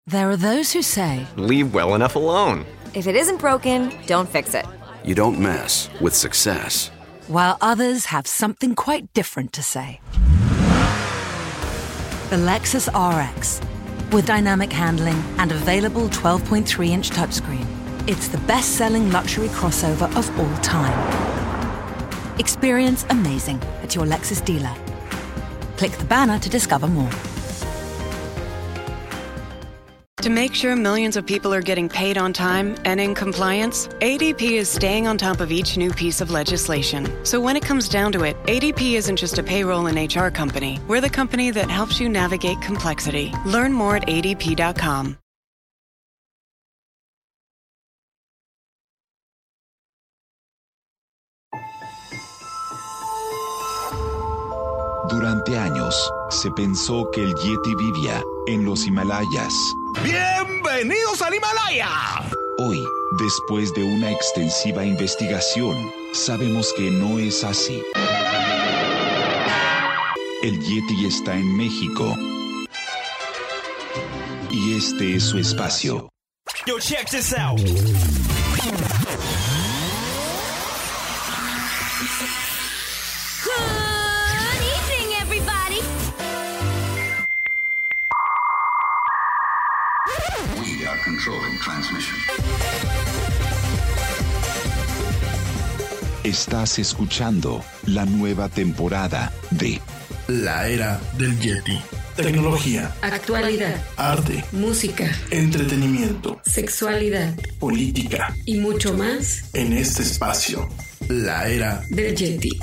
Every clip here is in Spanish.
There are those who say, leave well enough alone. If it isn't broken, don't fix it. You don't mess with success. while others have something quite different to say. The Lexus RX, with dynamic handling and available 12.3-inch touchscreen. It's the best-selling luxury crossover of all time. Experience amazing at your Lexus dealer. Click the banner to discover more. To make sure millions of people are getting paid on time and in compliance, ADP is staying on top of each new piece of legislation. So when it comes down to it, ADP isn't just a payroll and HR company. We're the company that helps you navigate complexity. Learn more at adp.com. Durante años, se pensó que el Yeti vivía en los Himalayas. ¡Bienvenidos al Himalaya! Hoy, después de una extensiva investigación, sabemos que no es así. El Yeti está en México. Y este es su espacio. Yo, check this out. Estás escuchando la nueva temporada de La Era del Yeti. Tecnología, actualidad, arte, música, entretenimiento, sexualidad, política y mucho más en este espacio. La Era del Yeti.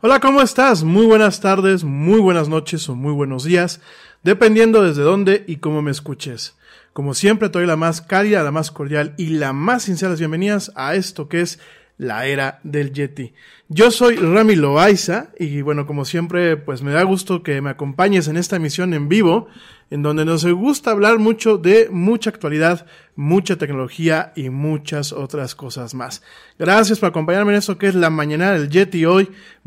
Hola, ¿cómo estás? Muy buenas tardes, muy buenas noches o muy buenos días, dependiendo desde dónde y cómo me escuches. Como siempre, te doy la más cálida, la más cordial y la más sincera bienvenidas a esto que es la era del Yeti. Yo soy Rami Loaiza y bueno, como siempre, pues me da gusto que me acompañes en esta emisión en vivo, en donde nos gusta hablar mucho de mucha actualidad, mucha tecnología y muchas otras cosas más. Gracias por acompañarme en esto que es la mañana del Yeti hoy,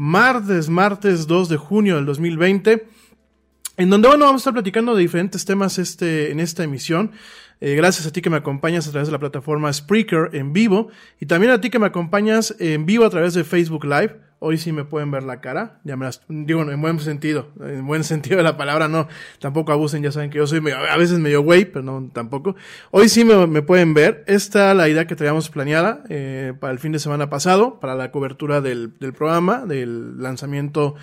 martes 2 de junio del 2020. En donde, bueno, vamos a estar platicando de diferentes temas en esta emisión. Gracias a ti que me acompañas a través de la plataforma Spreaker en vivo. Y también a ti que me acompañas en vivo a través de Facebook Live. Hoy sí me pueden ver la cara. Ya me las digo en buen sentido de la palabra, no. Tampoco abusen, ya saben que yo soy a veces medio güey, pero no, tampoco. Hoy sí me pueden ver. Esta es la idea que teníamos planeada para el fin de semana pasado, para la cobertura del programa, del lanzamiento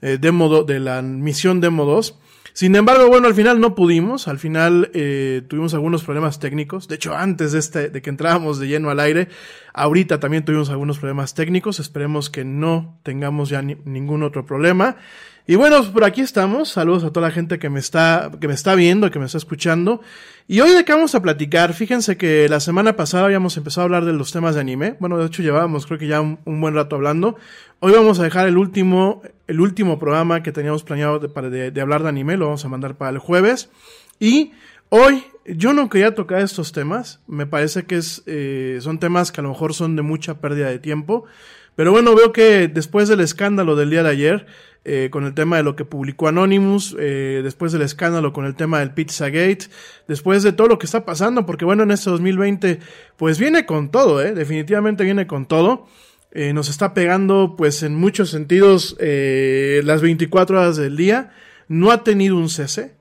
de la misión Demo 2. Sin embargo, bueno, al final no pudimos, al final tuvimos algunos problemas técnicos. De hecho, antes de que entrábamos de lleno al aire, ahorita también tuvimos algunos problemas técnicos. Esperemos que no tengamos ya ningún otro problema. Y bueno, por aquí estamos. Saludos a toda la gente que me está viendo, que me está escuchando. Y hoy de qué vamos a platicar. Fíjense que la semana pasada habíamos empezado a hablar de los temas de anime. Bueno, de hecho llevábamos creo que ya un buen rato hablando. Hoy vamos a dejar el último programa que teníamos planeado de hablar de anime. Lo vamos a mandar para el jueves. Y hoy yo no quería tocar estos temas. Me parece que son temas que a lo mejor son de mucha pérdida de tiempo. Pero bueno, veo que después del escándalo del día de ayer, con el tema de lo que publicó Anonymous, después del escándalo con el tema del Pizzagate, después de todo lo que está pasando, porque bueno, en este 2020, pues viene con todo, definitivamente viene con todo. Nos está pegando, pues en muchos sentidos, las 24 horas del día. No ha tenido un cese.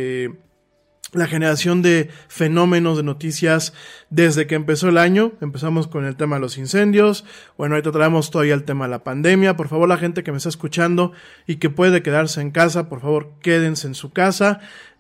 La generación de fenómenos de noticias desde que empezó el año. Empezamos con el tema de los incendios. Bueno, ahorita traemos todavía el tema de la pandemia. Por favor, la gente que me está escuchando y que puede quedarse en casa, por favor, quédense en su casa.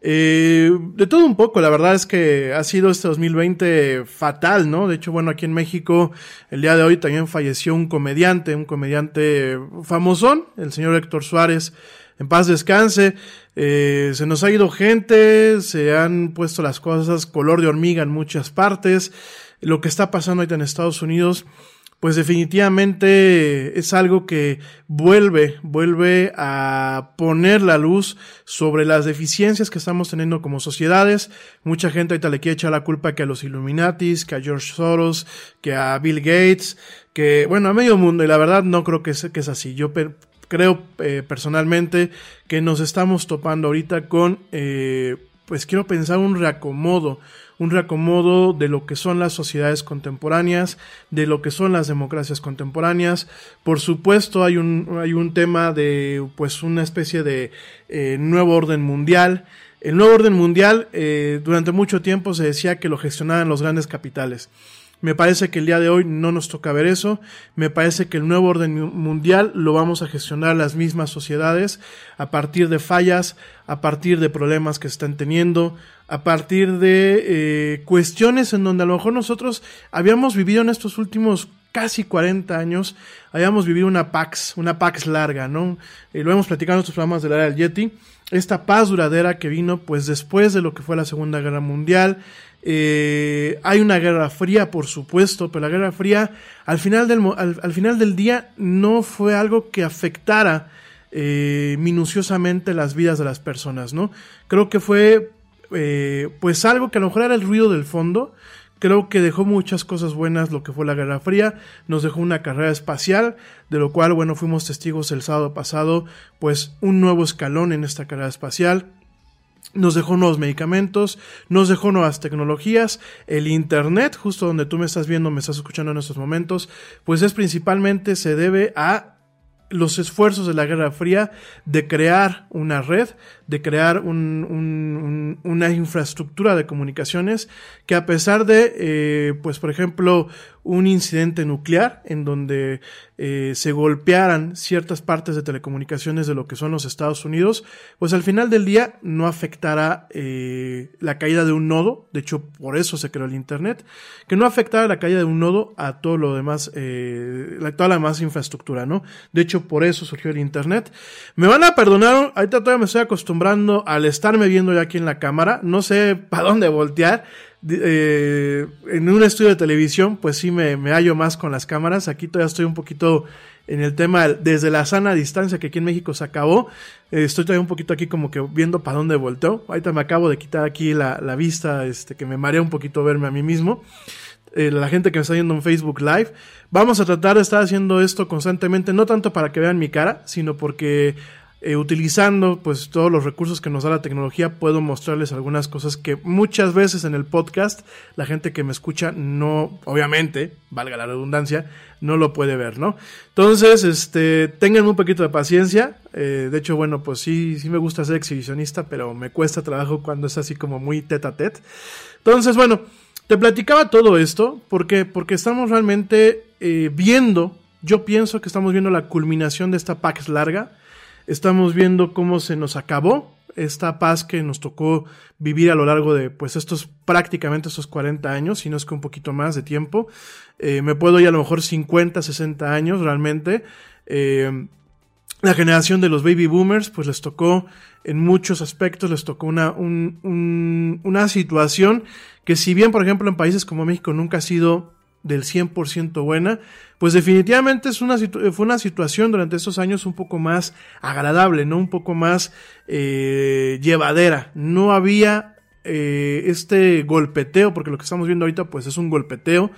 De todo un poco, la verdad es que ha sido este 2020 fatal, ¿no? De hecho, bueno, aquí en México, el día de hoy también falleció un comediante famosón, el señor Héctor Suárez. En paz descanse. Se nos ha ido gente, se han puesto las cosas color de hormiga en muchas partes. Lo que está pasando ahorita en Estados Unidos, pues definitivamente es algo que vuelve a poner la luz sobre las deficiencias que estamos teniendo como sociedades. Mucha gente ahorita le quiere echar la culpa que a los Illuminatis, que a George Soros, que a Bill Gates, que bueno, a medio mundo, y la verdad no creo que es así. Yo creo personalmente que nos estamos topando ahorita con, pues quiero pensar un reacomodo de lo que son las sociedades contemporáneas, de lo que son las democracias contemporáneas. Por supuesto hay un tema de, pues una especie de nuevo orden mundial. El nuevo orden mundial, durante mucho tiempo se decía que lo gestionaban los grandes capitales. Me parece que el día de hoy no nos toca ver eso. Me parece que el nuevo orden mundial lo vamos a gestionar las mismas sociedades a partir de fallas, a partir de problemas que se están teniendo, a partir de cuestiones en donde a lo mejor nosotros habíamos vivido en estos últimos casi 40 años, habíamos vivido una Pax larga, ¿no? Lo hemos platicado en estos programas de la era del Yeti. Esta paz duradera que vino pues después de lo que fue la Segunda Guerra Mundial. Hay una guerra fría, por supuesto, pero la guerra fría al final del día no fue algo que afectara minuciosamente las vidas de las personas, ¿no? Creo que fue pues algo que a lo mejor era el ruido del fondo. Creo que dejó muchas cosas buenas lo que fue la Guerra Fría, nos dejó una carrera espacial, de lo cual, bueno, fuimos testigos el sábado pasado, pues un nuevo escalón en esta carrera espacial. Nos dejó nuevos medicamentos, nos dejó nuevas tecnologías, el internet, justo donde tú me estás viendo, me estás escuchando en estos momentos, pues principalmente se debe a los esfuerzos de la Guerra Fría de crear una red, de crear una infraestructura de comunicaciones que, a pesar de, pues por ejemplo, un incidente nuclear en donde se golpearan ciertas partes de telecomunicaciones de lo que son los Estados Unidos, pues al final del día no afectará la caída de un nodo. De hecho, por eso se creó el Internet, que no afectara la caída de un nodo a todo lo demás, toda la demás infraestructura, ¿no? De hecho, por eso surgió el Internet. Me van a perdonar, ahorita todavía me estoy acostumbrando al estarme viendo ya aquí en la cámara, no sé para dónde voltear. En un estudio de televisión pues sí me hallo más con las cámaras. Aquí todavía estoy un poquito en el tema desde la sana distancia que aquí en México se acabó. Estoy todavía un poquito aquí como que viendo para dónde volteo. Ahorita me acabo de quitar aquí la vista, que me marea un poquito verme a mí mismo. La gente que me está viendo en Facebook Live, vamos a tratar de estar haciendo esto constantemente, no tanto para que vean mi cara, sino porque utilizando pues todos los recursos que nos da la tecnología, puedo mostrarles algunas cosas que muchas veces en el podcast la gente que me escucha no, obviamente, valga la redundancia, no lo puede ver, ¿no? Entonces, tengan un poquito de paciencia. De hecho, bueno, pues sí me gusta ser exhibicionista, pero me cuesta trabajo cuando es así como muy tete a tete. Entonces, bueno, te platicaba todo esto, ¿por qué? Porque estamos realmente viendo, yo pienso que estamos viendo la culminación de esta Pax larga. Estamos viendo cómo se nos acabó esta paz que nos tocó vivir a lo largo de pues prácticamente estos 40 años, si no es que un poquito más de tiempo. Me puedo ir a lo mejor 50, 60 años realmente. La generación de los baby boomers pues les tocó en muchos aspectos, les tocó una situación que, si bien por ejemplo en países como México nunca ha sido del 100% buena, pues definitivamente fue una situación durante esos años un poco más agradable, ¿no? Un poco más llevadera. No había este golpeteo, porque lo que estamos viendo ahorita pues es un golpeteo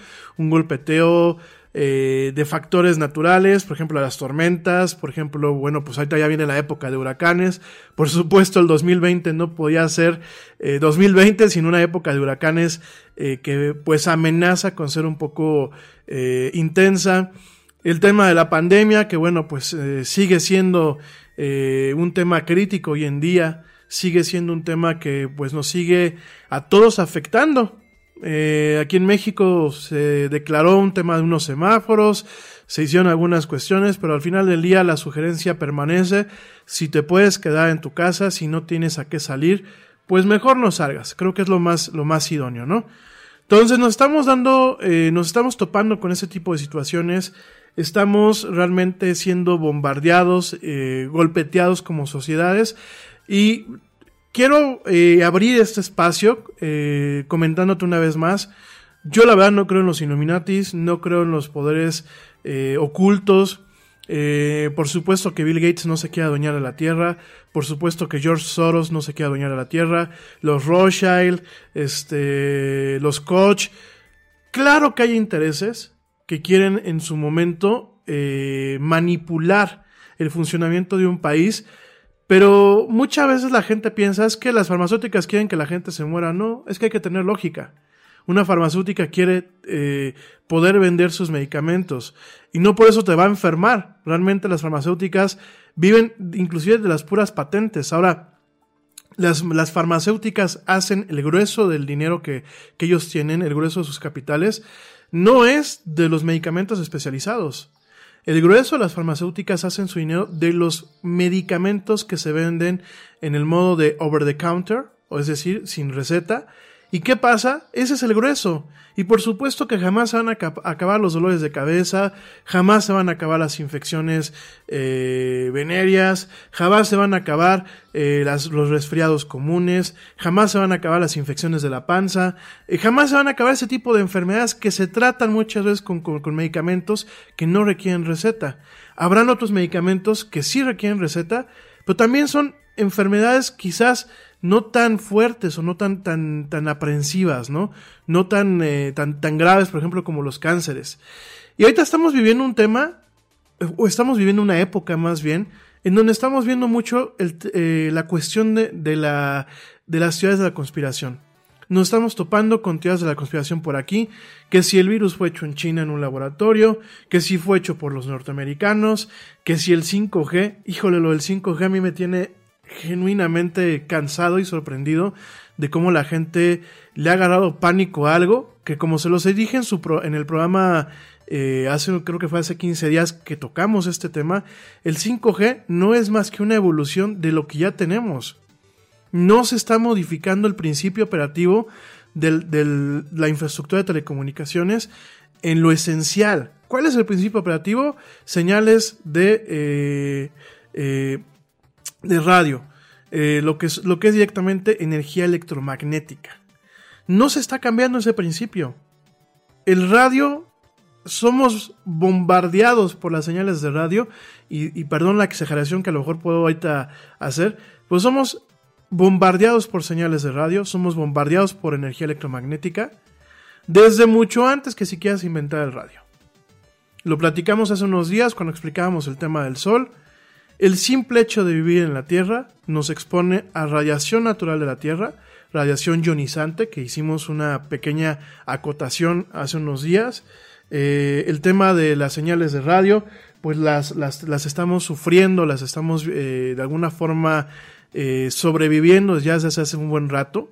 de factores naturales, por ejemplo las tormentas, por ejemplo, bueno, pues ahorita ya viene la época de huracanes. Por supuesto el 2020 no podía ser 2020 sin una época de huracanes que pues amenaza con ser un poco intensa. El tema de la pandemia, que bueno, pues sigue siendo un tema crítico hoy en día, sigue siendo un tema que pues nos sigue a todos afectando. Aquí en México se declaró un tema de unos semáforos, se hicieron algunas cuestiones, pero al final del día la sugerencia permanece: si te puedes quedar en tu casa, si no tienes a qué salir, pues mejor no salgas. Creo que es lo más idóneo, ¿no? Entonces nos estamos topando con ese tipo de situaciones, estamos realmente siendo bombardeados, golpeteados como sociedades, y quiero abrir este espacio comentándote una vez más. Yo la verdad no creo en los Illuminatis, no creo en los poderes ocultos. Por supuesto que Bill Gates no se quiere adueñar de la Tierra, por supuesto que George Soros no se quiere adueñar de la Tierra, los Rothschild, los Koch. Claro que hay intereses que quieren en su momento manipular el funcionamiento de un país. Pero muchas veces la gente piensa, es que las farmacéuticas quieren que la gente se muera. No, es que hay que tener lógica. Una farmacéutica quiere poder vender sus medicamentos y no por eso te va a enfermar. Realmente las farmacéuticas viven inclusive de las puras patentes. Ahora, las farmacéuticas hacen el grueso del dinero que ellos tienen, el grueso de sus capitales, no es de los medicamentos especializados. El grueso de las farmacéuticas hacen su dinero de los medicamentos que se venden en el modo de over the counter, o es decir, sin receta. ¿Y qué pasa? Ese es el grueso. Y por supuesto que jamás se van a acabar los dolores de cabeza, jamás se van a acabar las infecciones venéreas, jamás se van a acabar los resfriados comunes, jamás se van a acabar las infecciones de la panza, jamás se van a acabar ese tipo de enfermedades que se tratan muchas veces con medicamentos que no requieren receta. Habrán otros medicamentos que sí requieren receta, pero también son enfermedades quizás no tan fuertes o no tan aprensivas, ¿no? No tan graves, por ejemplo, como los cánceres. Y ahorita estamos viviendo un tema, o estamos viviendo una época más bien, en donde estamos viendo mucho la cuestión de las teorías de la conspiración. Nos estamos topando con teorías de la conspiración por aquí, que si el virus fue hecho en China en un laboratorio, que si fue hecho por los norteamericanos, que si el 5G, híjole, lo del 5G a mí me tiene genuinamente cansado y sorprendido de cómo la gente le ha agarrado pánico a algo que, como se los dije en el programa creo que fue hace 15 días que tocamos este tema, el 5G no es más que una evolución de lo que ya tenemos. No se está modificando el principio operativo de la infraestructura de telecomunicaciones en lo esencial. ¿Cuál es el principio operativo? Señales de radio, lo que es directamente energía electromagnética. No se está cambiando ese principio. El radio, somos bombardeados por las señales de radio, y perdón la exageración que a lo mejor puedo ahorita hacer, pues somos bombardeados por señales de radio, somos bombardeados por energía electromagnética, desde mucho antes que siquiera se inventara el radio. Lo platicamos hace unos días cuando explicábamos el tema del sol. El simple hecho de vivir en la Tierra nos expone a radiación natural de la Tierra, radiación ionizante, que hicimos una pequeña acotación hace unos días. El tema de las señales de radio, pues las estamos sufriendo, las estamos de alguna forma sobreviviendo ya desde hace un buen rato.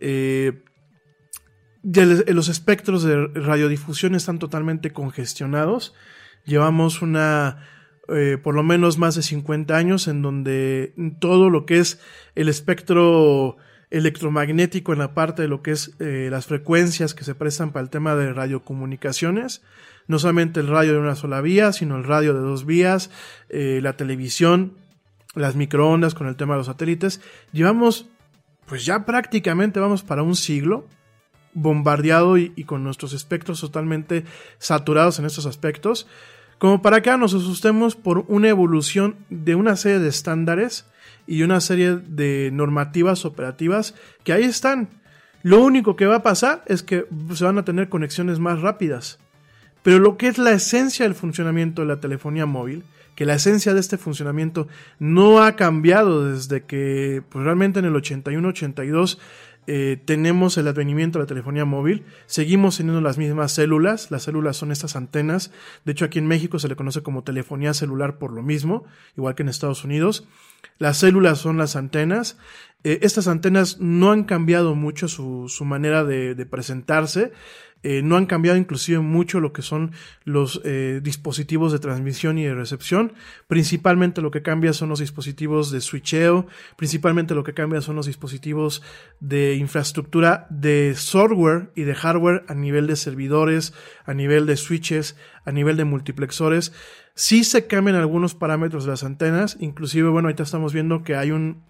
Los espectros de radiodifusión están totalmente congestionados. Llevamos por lo menos más de 50 años en donde todo lo que es el espectro electromagnético en la parte de lo que es las frecuencias que se prestan para el tema de radiocomunicaciones, no solamente el radio de una sola vía, sino el radio de 2 vías, la televisión, las microondas con el tema de los satélites. Llevamos, pues ya prácticamente vamos para un siglo bombardeado y con nuestros espectros totalmente saturados en estos aspectos, como para que nos asustemos por una evolución de una serie de estándares y una serie de normativas operativas que ahí están. Lo único que va a pasar es que se van a tener conexiones más rápidas. Pero lo que es la esencia del funcionamiento de la telefonía móvil, que la esencia de este funcionamiento no ha cambiado desde que pues, realmente en el 81-82 tenemos el advenimiento de la telefonía móvil. Seguimos teniendo las mismas células. Las células son estas antenas. De hecho, aquí en México se le conoce como telefonía celular por lo mismo, igual que en Estados Unidos. Las células son las antenas. Estas antenas no han cambiado mucho su manera de presentarse. No han cambiado inclusive mucho lo que son los dispositivos de transmisión y de recepción. Principalmente lo que cambia son los dispositivos de switcheo, principalmente lo que cambia son los dispositivos de infraestructura de software y de hardware a nivel de servidores, a nivel de switches, a nivel de multiplexores. Sí se cambian algunos parámetros de las antenas, inclusive, bueno, ahorita estamos viendo que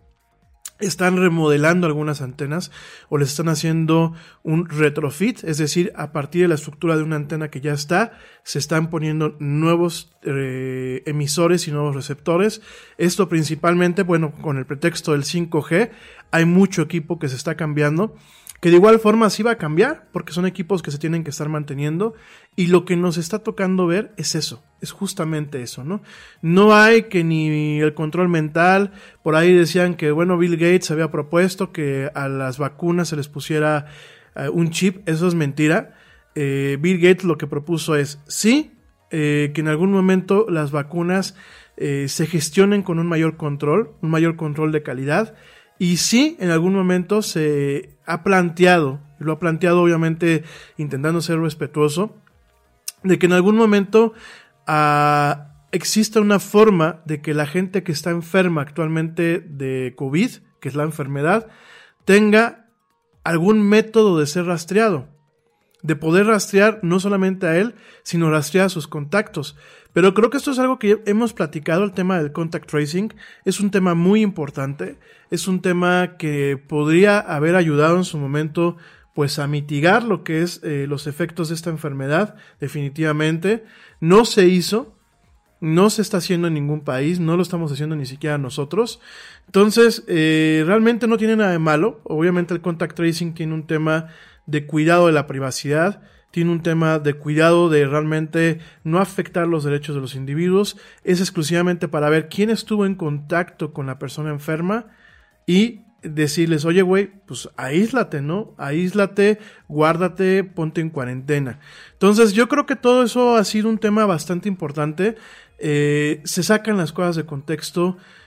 están remodelando algunas antenas o les están haciendo un retrofit, es decir, a partir de la estructura de una antena que ya está, se están poniendo nuevos emisores y nuevos receptores. Esto principalmente, bueno, con el pretexto del 5G, hay mucho equipo que se está cambiando, que de igual forma sí va a cambiar, porque son equipos que se tienen que estar manteniendo, y lo que nos está tocando ver es eso, es justamente eso, ¿no? No hay que ni el control mental. Por ahí decían que, bueno, Bill Gates había propuesto que a las vacunas se les pusiera un chip. Eso es mentira. Bill Gates lo que propuso es, sí, que en algún momento las vacunas se gestionen con un mayor control de calidad. Y sí, en algún momento se ha planteado, lo ha planteado obviamente intentando ser respetuoso, de que en algún momento exista una forma de que la gente que está enferma actualmente de COVID, que es la enfermedad, tenga algún método de ser rastreado, de poder rastrear no solamente a él, sino rastrear a sus contactos. Pero creo que esto es algo que hemos platicado, el tema del contact tracing. Es un tema muy importante, es un tema que podría haber ayudado en su momento pues a mitigar lo que es los efectos de esta enfermedad. Definitivamente no se hizo, no se está haciendo en ningún país, no lo estamos haciendo ni siquiera nosotros. Entonces realmente no tiene nada de malo. Obviamente el contact tracing tiene un tema de cuidado de la privacidad, tiene un tema de cuidado de realmente no afectar los derechos de los individuos. Es exclusivamente para ver quién estuvo en contacto con la persona enferma y decirles, oye güey, pues aíslate, ¿no? Aíslate, guárdate, ponte en cuarentena. Entonces yo creo que todo eso ha sido un tema bastante importante. Se sacan las cosas de contexto.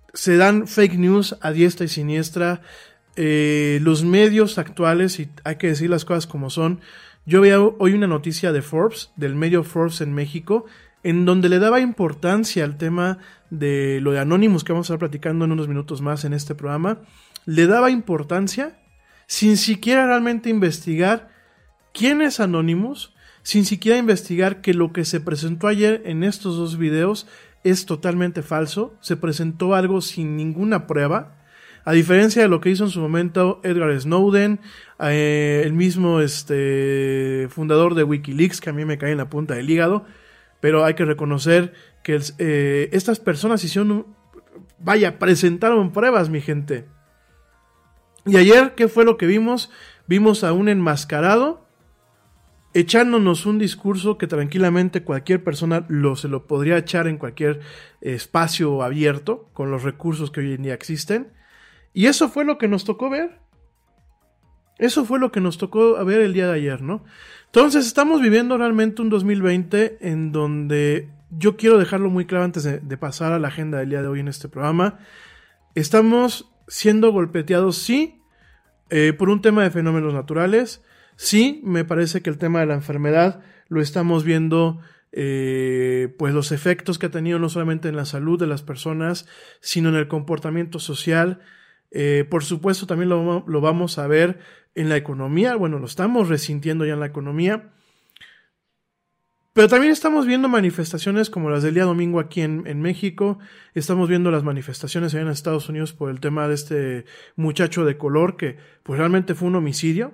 se dan fake news a diestra y siniestra. Los medios actuales, y hay que decir las cosas como son. Yo veía hoy una noticia de Forbes, del medio Forbes en México, en donde le daba importancia al tema de lo de Anonymous, que vamos a estar platicando en unos minutos más en este programa. Le daba importancia sin siquiera realmente investigar quién es Anonymous, sin siquiera investigar que lo que se presentó ayer en estos dos videos es totalmente falso. Se presentó algo sin ninguna prueba, a diferencia de lo que hizo en su momento Edward Snowden, el mismo fundador de WikiLeaks, que a mí me cae en la punta del hígado. Pero hay que reconocer que estas personas presentaron pruebas, mi gente. Y ayer, ¿qué fue lo que vimos? Vimos a un enmascarado echándonos un discurso que tranquilamente cualquier persona se lo podría echar en cualquier espacio abierto, con los recursos que hoy en día existen. Y eso fue lo que nos tocó ver. Eso fue lo que nos tocó ver el día de ayer, ¿no? Entonces estamos viviendo realmente un 2020 en donde yo quiero dejarlo muy claro antes de pasar a la agenda del día de hoy en este programa. Estamos siendo golpeteados, sí, por un tema de fenómenos naturales. Sí, me parece que el tema de la enfermedad lo estamos viendo, pues los efectos que ha tenido no solamente en la salud de las personas, sino en el comportamiento social. Por supuesto también lo vamos a ver en la economía. Bueno, lo estamos resintiendo ya en la economía, pero también estamos viendo manifestaciones como las del día domingo aquí en México. Estamos viendo las manifestaciones allá en Estados Unidos por el tema de este muchacho de color que pues realmente fue un homicidio.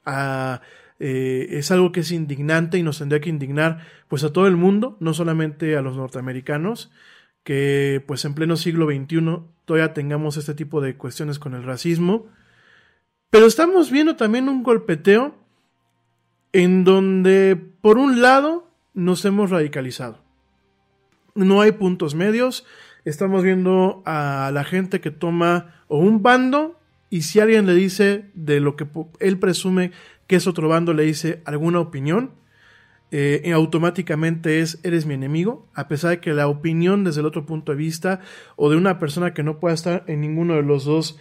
Es algo que es indignante y nos tendría que indignar pues a todo el mundo, no solamente a los norteamericanos, que pues en pleno siglo XXI todavía tengamos este tipo de cuestiones con el racismo. Pero estamos viendo también un golpeteo en donde por un lado nos hemos radicalizado. No hay puntos medios. Estamos viendo a la gente que toma o un bando, y si alguien le dice de lo que él presume que es otro bando, le dice alguna opinión, automáticamente eres mi enemigo, a pesar de que la opinión desde el otro punto de vista o de una persona que no pueda estar en ninguno de los dos,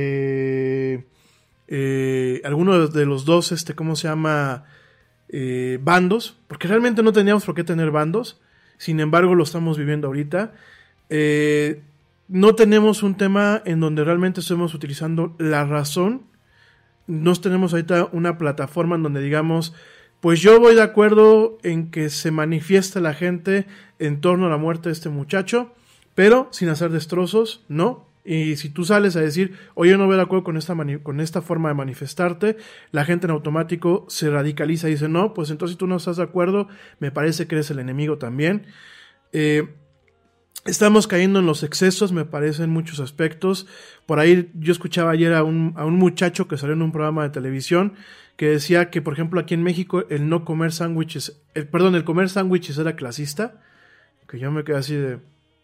alguno de los dos, bandos, porque realmente no teníamos por qué tener bandos, sin embargo lo estamos viviendo ahorita. No tenemos un tema en donde realmente estemos utilizando la razón. No tenemos ahorita una plataforma en donde digamos, pues yo voy de acuerdo en que se manifieste la gente en torno a la muerte de este muchacho, pero sin hacer destrozos, no. Y si tú sales a decir, oye, no voy de acuerdo con esta forma de manifestarte, la gente en automático se radicaliza y dice, no, pues entonces si tú no estás de acuerdo, me parece que eres el enemigo también. Estamos cayendo en los excesos, me parece, en muchos aspectos. Por ahí yo escuchaba ayer a un muchacho que salió en un programa de televisión que decía que, por ejemplo, aquí en México el comer sándwiches era clasista, que yo me quedé así de...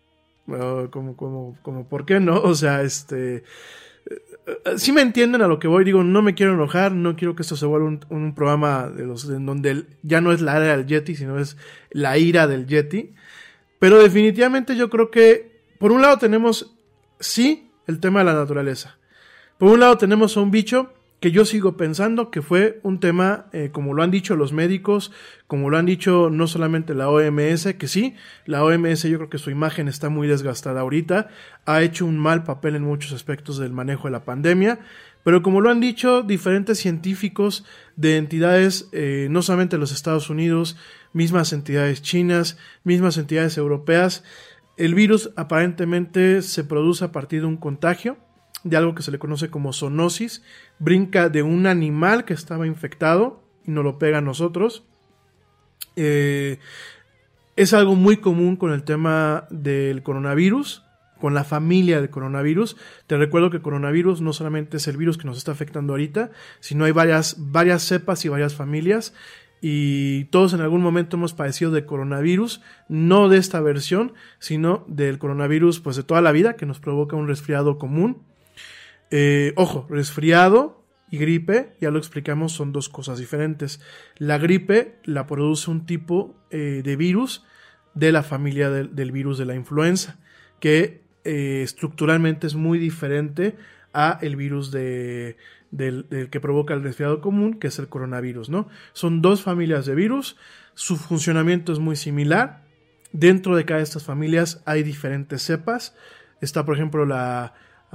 como ¿por qué no? O sea, sí me entienden a lo que voy. Digo, no me quiero enojar, no quiero que esto se vuelva un programa en donde ya no es la era del Yeti, sino es la ira del Yeti. Pero definitivamente yo creo que, por un lado tenemos, sí, el tema de la naturaleza. Por un lado tenemos a un bicho que yo sigo pensando que fue un tema, como lo han dicho los médicos, como lo han dicho no solamente la OMS, que sí, la OMS yo creo que su imagen está muy desgastada ahorita, ha hecho un mal papel en muchos aspectos del manejo de la pandemia, pero como lo han dicho diferentes científicos de entidades, no solamente de los Estados Unidos, mismas entidades chinas, mismas entidades europeas, el virus aparentemente se produce a partir de un contagio, de algo que se le conoce como zoonosis, brinca de un animal que estaba infectado y nos lo pega a nosotros. Es algo muy común con el tema del coronavirus, con la familia del coronavirus. Te recuerdo que el coronavirus no solamente es el virus que nos está afectando ahorita, sino hay varias cepas y varias familias, y todos en algún momento hemos padecido de coronavirus, no de esta versión, sino del coronavirus pues de toda la vida, que nos provoca un resfriado común. Ojo, resfriado y gripe, ya lo explicamos, son dos cosas diferentes. La gripe la produce un tipo de virus de la familia del virus de la influenza, que estructuralmente es muy diferente a el virus del que provoca el resfriado común, que es el coronavirus, ¿no? Son 2 familias de virus, su funcionamiento es muy similar. Dentro de cada de estas familias hay diferentes cepas. Está, por ejemplo, la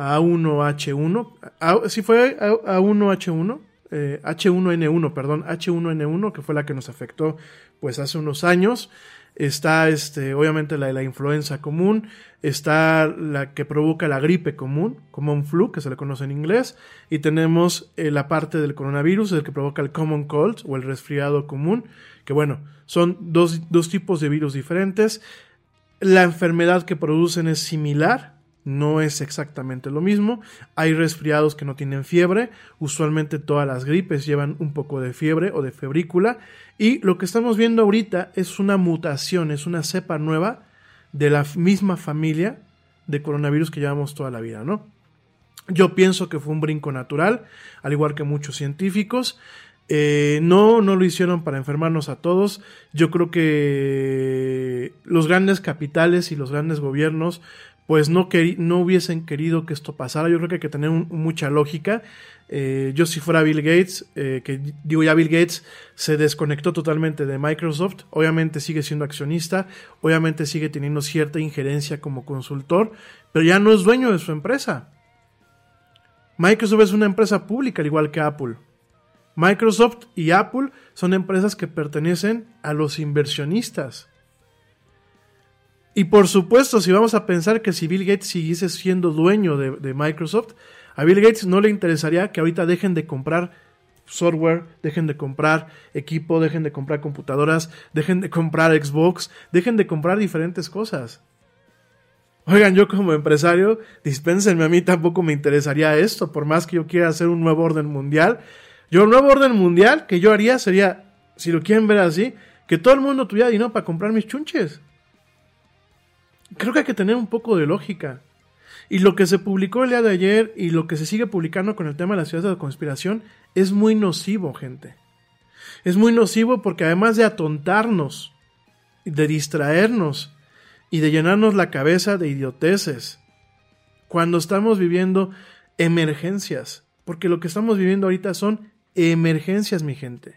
A1H1, sí fue A1H1, H1N1, que fue la que nos afectó pues hace unos años. Está obviamente la influenza común, está la que provoca la gripe común, common flu, que se le conoce en inglés, y tenemos la parte del coronavirus, el que provoca el common cold o el resfriado común, que bueno, son dos tipos de virus diferentes. La enfermedad que producen es similar, no es exactamente lo mismo. Hay resfriados que no tienen fiebre, usualmente todas las gripes llevan un poco de fiebre o de febrícula, y lo que estamos viendo ahorita es una mutación, es una cepa nueva de la misma familia de coronavirus que llevamos toda la vida, ¿no? Yo pienso que fue un brinco natural, al igual que muchos científicos. No lo hicieron para enfermarnos a todos. Yo creo que los grandes capitales y los grandes gobiernos pues no hubiesen querido que esto pasara. Yo creo que hay que tener mucha lógica. Yo si fuera Bill Gates, ya Bill Gates se desconectó totalmente de Microsoft, obviamente sigue siendo accionista, obviamente sigue teniendo cierta injerencia como consultor, pero ya no es dueño de su empresa. Microsoft es una empresa pública al igual que Apple. Microsoft y Apple son empresas que pertenecen a los inversionistas. Y por supuesto, si vamos a pensar que si Bill Gates siguiese siendo dueño de Microsoft, a Bill Gates no le interesaría que ahorita dejen de comprar software, dejen de comprar equipo, dejen de comprar computadoras, dejen de comprar Xbox, dejen de comprar diferentes cosas. Oigan, yo como empresario, dispénsenme, a mí tampoco me interesaría esto, por más que yo quiera hacer un nuevo orden mundial. El nuevo orden mundial que yo haría sería, si lo quieren ver así, que todo el mundo tuviera dinero para comprar mis chunches. Creo que hay que tener un poco de lógica. Y lo que se publicó el día de ayer y lo que se sigue publicando con el tema de las teorías de la conspiración es muy nocivo, gente. Es muy nocivo porque además de atontarnos, de distraernos y de llenarnos la cabeza de idioteces, cuando estamos viviendo emergencias, porque lo que estamos viviendo ahorita son emergencias, mi gente.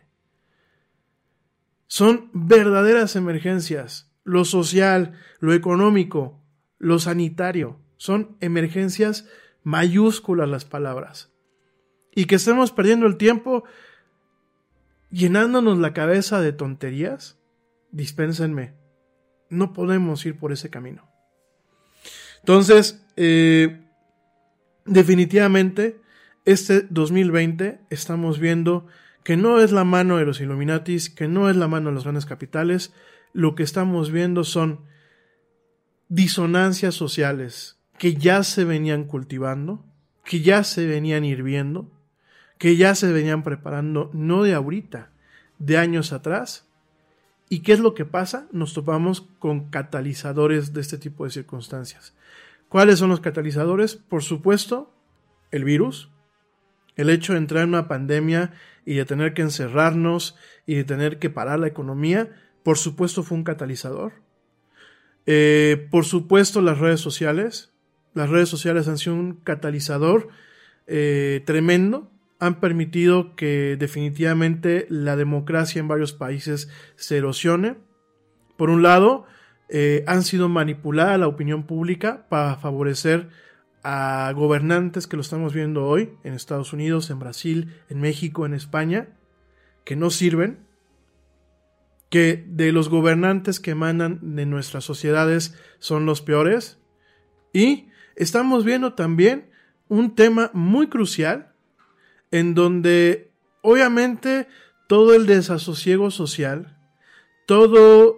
Son verdaderas emergencias. Lo social, lo económico, lo sanitario. Son emergencias mayúsculas las palabras. Y que estemos perdiendo el tiempo llenándonos la cabeza de tonterías, dispénsenme. No podemos ir por ese camino. Entonces, definitivamente, este 2020 estamos viendo que no es la mano de los Illuminatis, que no es la mano de los grandes capitales. Lo que estamos viendo son disonancias sociales que ya se venían cultivando, que ya se venían hirviendo, que ya se venían preparando, no de ahorita, de años atrás. ¿Y qué es lo que pasa? Nos topamos con catalizadores de este tipo de circunstancias. ¿Cuáles son los catalizadores? Por supuesto, el virus, el hecho de entrar en una pandemia y de tener que encerrarnos y de tener que parar la economía. Por supuesto fue un catalizador. Por supuesto las redes sociales. Las redes sociales han sido un catalizador tremendo. Han permitido que definitivamente la democracia en varios países se erosione. Por un lado, han sido manipulada la opinión pública para favorecer a gobernantes que lo estamos viendo hoy en Estados Unidos, en Brasil, en México, en España, que no sirven. Que de los gobernantes que emanan de nuestras sociedades son los peores. Y estamos viendo también un tema muy crucial en donde obviamente todo el desasosiego social, todo,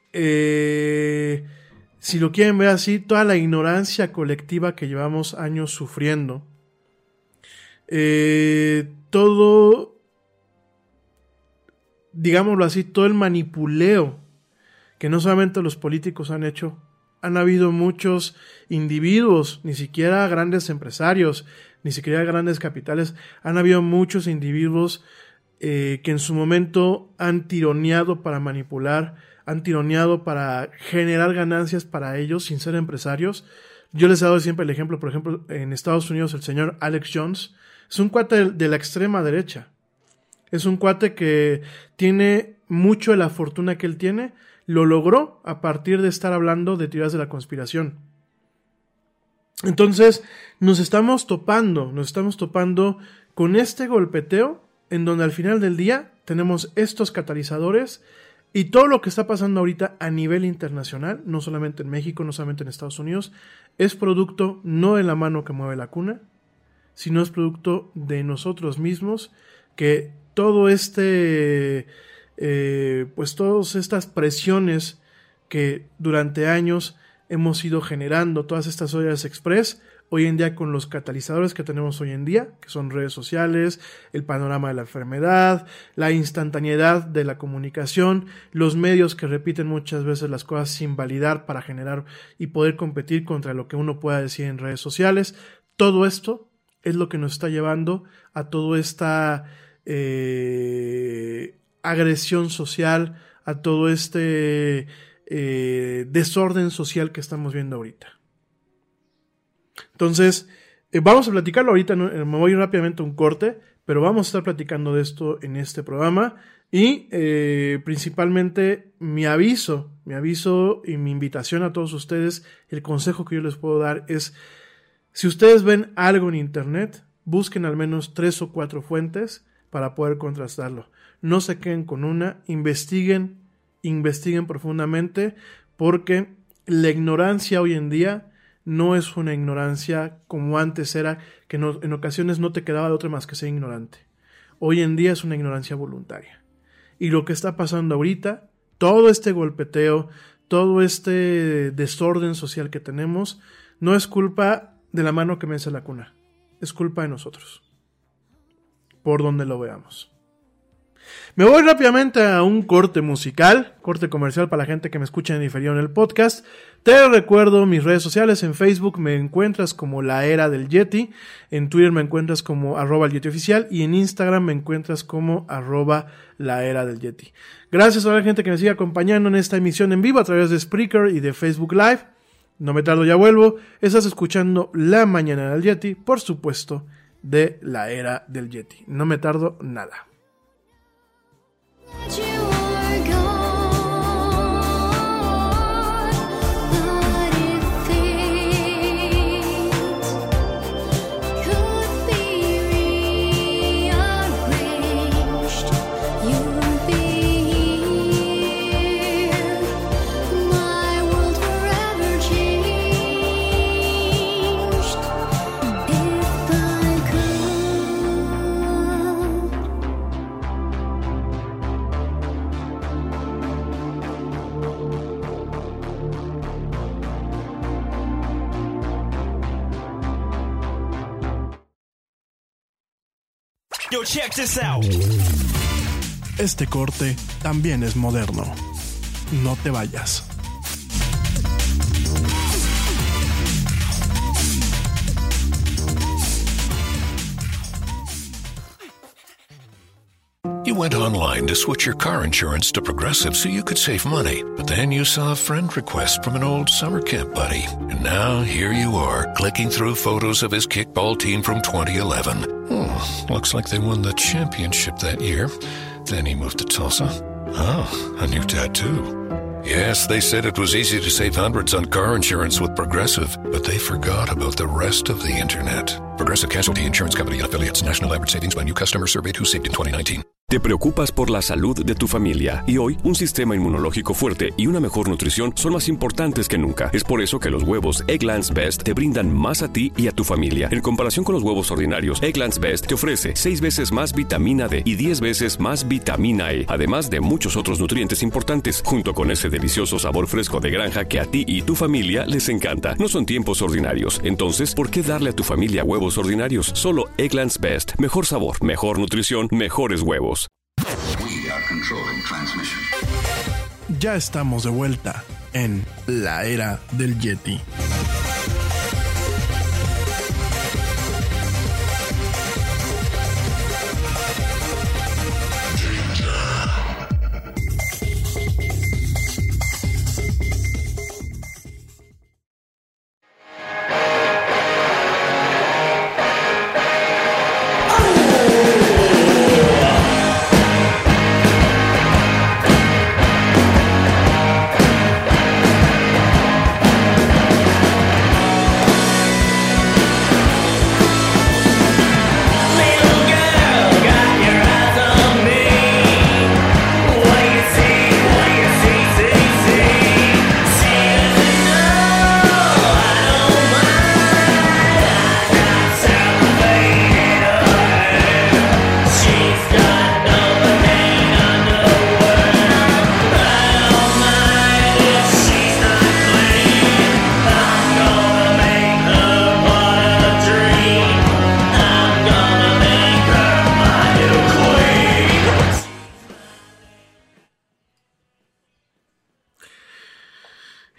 si lo quieren ver así, toda la ignorancia colectiva que llevamos años sufriendo, todo, digámoslo así, todo el manipuleo que no solamente los políticos han hecho. Han habido muchos individuos, ni siquiera grandes empresarios, ni siquiera grandes capitales, han habido muchos individuos que en su momento han tironeado para manipular han tironeado para generar ganancias para ellos sin ser empresarios. Yo les he dado siempre el ejemplo, por ejemplo, en Estados Unidos el señor Alex Jones es un cuate de la extrema derecha. Es un cuate que tiene mucho de la fortuna que él tiene, lo logró a partir de estar hablando de teorías de la conspiración. Entonces, nos estamos topando con este golpeteo en donde al final del día tenemos estos catalizadores y todo lo que está pasando ahorita a nivel internacional, no solamente en México, no solamente en Estados Unidos, es producto no de la mano que mueve la cuna, sino es producto de nosotros mismos, que todo todas estas presiones que durante años hemos ido generando, todas estas ollas express, hoy en día con los catalizadores que tenemos hoy en día, que son redes sociales, el panorama de la enfermedad, la instantaneidad de la comunicación, los medios que repiten muchas veces las cosas sin validar para generar y poder competir contra lo que uno pueda decir en redes sociales, todo esto es lo que nos está llevando a toda esta agresión social, a todo este desorden social que estamos viendo ahorita. Entonces, vamos a platicarlo ahorita, me voy rápidamente a un corte, pero vamos a estar platicando de esto en este programa y principalmente mi aviso y mi invitación a todos ustedes, el consejo que yo les puedo dar es, si ustedes ven algo en internet, busquen al menos 3 o 4 fuentes para poder contrastarlo. No se queden con una, investiguen profundamente, porque la ignorancia hoy en día no es una ignorancia como antes era, que en ocasiones no te quedaba de otra más que ser ignorante. Hoy en día es una ignorancia voluntaria. Y lo que está pasando ahorita, todo este golpeteo, todo este desorden social que tenemos, no es culpa de la mano que mece la cuna, es culpa de nosotros, por donde lo veamos. Me voy rápidamente a un corte comercial para la gente que me escucha en diferido en el podcast. Te recuerdo mis redes sociales: en Facebook me encuentras como La Era del Yeti, en Twitter me encuentras como @elYetiOficial y en Instagram me encuentras como @La Era del Yeti. Gracias a la gente que me sigue acompañando en esta emisión en vivo a través de Spreaker y de Facebook Live. No me tardo, ya vuelvo. Estás escuchando La Mañana del Yeti, por supuesto, de La Era del Yeti. No me tardo nada. Yo, check this out. Este corte también es moderno. No te vayas. You went online to switch your car insurance to Progressive so you could save money. But then you saw a friend request from an old summer camp buddy. And now here you are, clicking through photos of his kickball team from 2011. Looks like they won the championship that year. Then he moved to Tulsa. Oh, a new tattoo. Yes, they said it was easy to save hundreds on car insurance with Progressive, but they forgot about the rest of the internet. Progressive Casualty Insurance Company and affiliates. National average savings by new customer surveyed who saved in 2019. Te preocupas por la salud de tu familia y hoy un sistema inmunológico fuerte y una mejor nutrición son más importantes que nunca. Es por eso que los huevos Eggland's Best te brindan más a ti y a tu familia. En comparación con los huevos ordinarios, Eggland's Best te ofrece 6 veces más vitamina D y 10 veces más vitamina E, además de muchos otros nutrientes importantes, junto con ese delicioso sabor fresco de granja que a ti y tu familia les encanta. No son tiempos ordinarios, entonces, ¿por qué darle a tu familia huevos ordinarios? Solo Eggland's Best. Mejor sabor, mejor nutrición, mejores huevos. Ya estamos de vuelta en La Era del Yeti.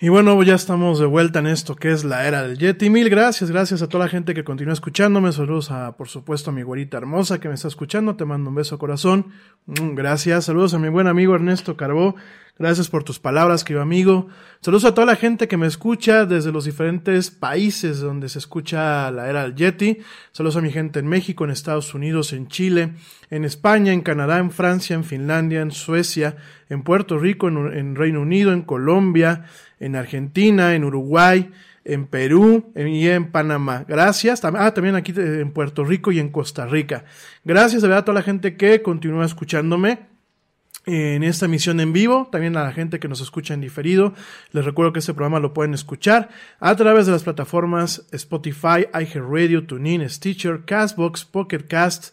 Y bueno, ya estamos de vuelta en esto que es la era del Yeti. Mil gracias a toda la gente que continúa escuchándome. Saludos por supuesto, a mi güerita hermosa que me está escuchando. Te mando un beso, corazón. Gracias. Saludos a mi buen amigo Ernesto Carbó. Gracias por tus palabras, querido amigo. Saludos a toda la gente que me escucha desde los diferentes países donde se escucha la era del Yeti. Saludos a mi gente en México, en Estados Unidos, en Chile, en España, en Canadá, en Francia, en Finlandia, en Suecia, en Puerto Rico, en Reino Unido, en Colombia, en Argentina, en Uruguay, en Perú y en Panamá. Gracias. También aquí en Puerto Rico y en Costa Rica. Gracias de verdad a toda la gente que continúa escuchándome en esta emisión en vivo, también a la gente que nos escucha en diferido. Les recuerdo que este programa lo pueden escuchar a través de las plataformas Spotify, iHeartRadio, TuneIn, Stitcher, Castbox, Pocket Cast,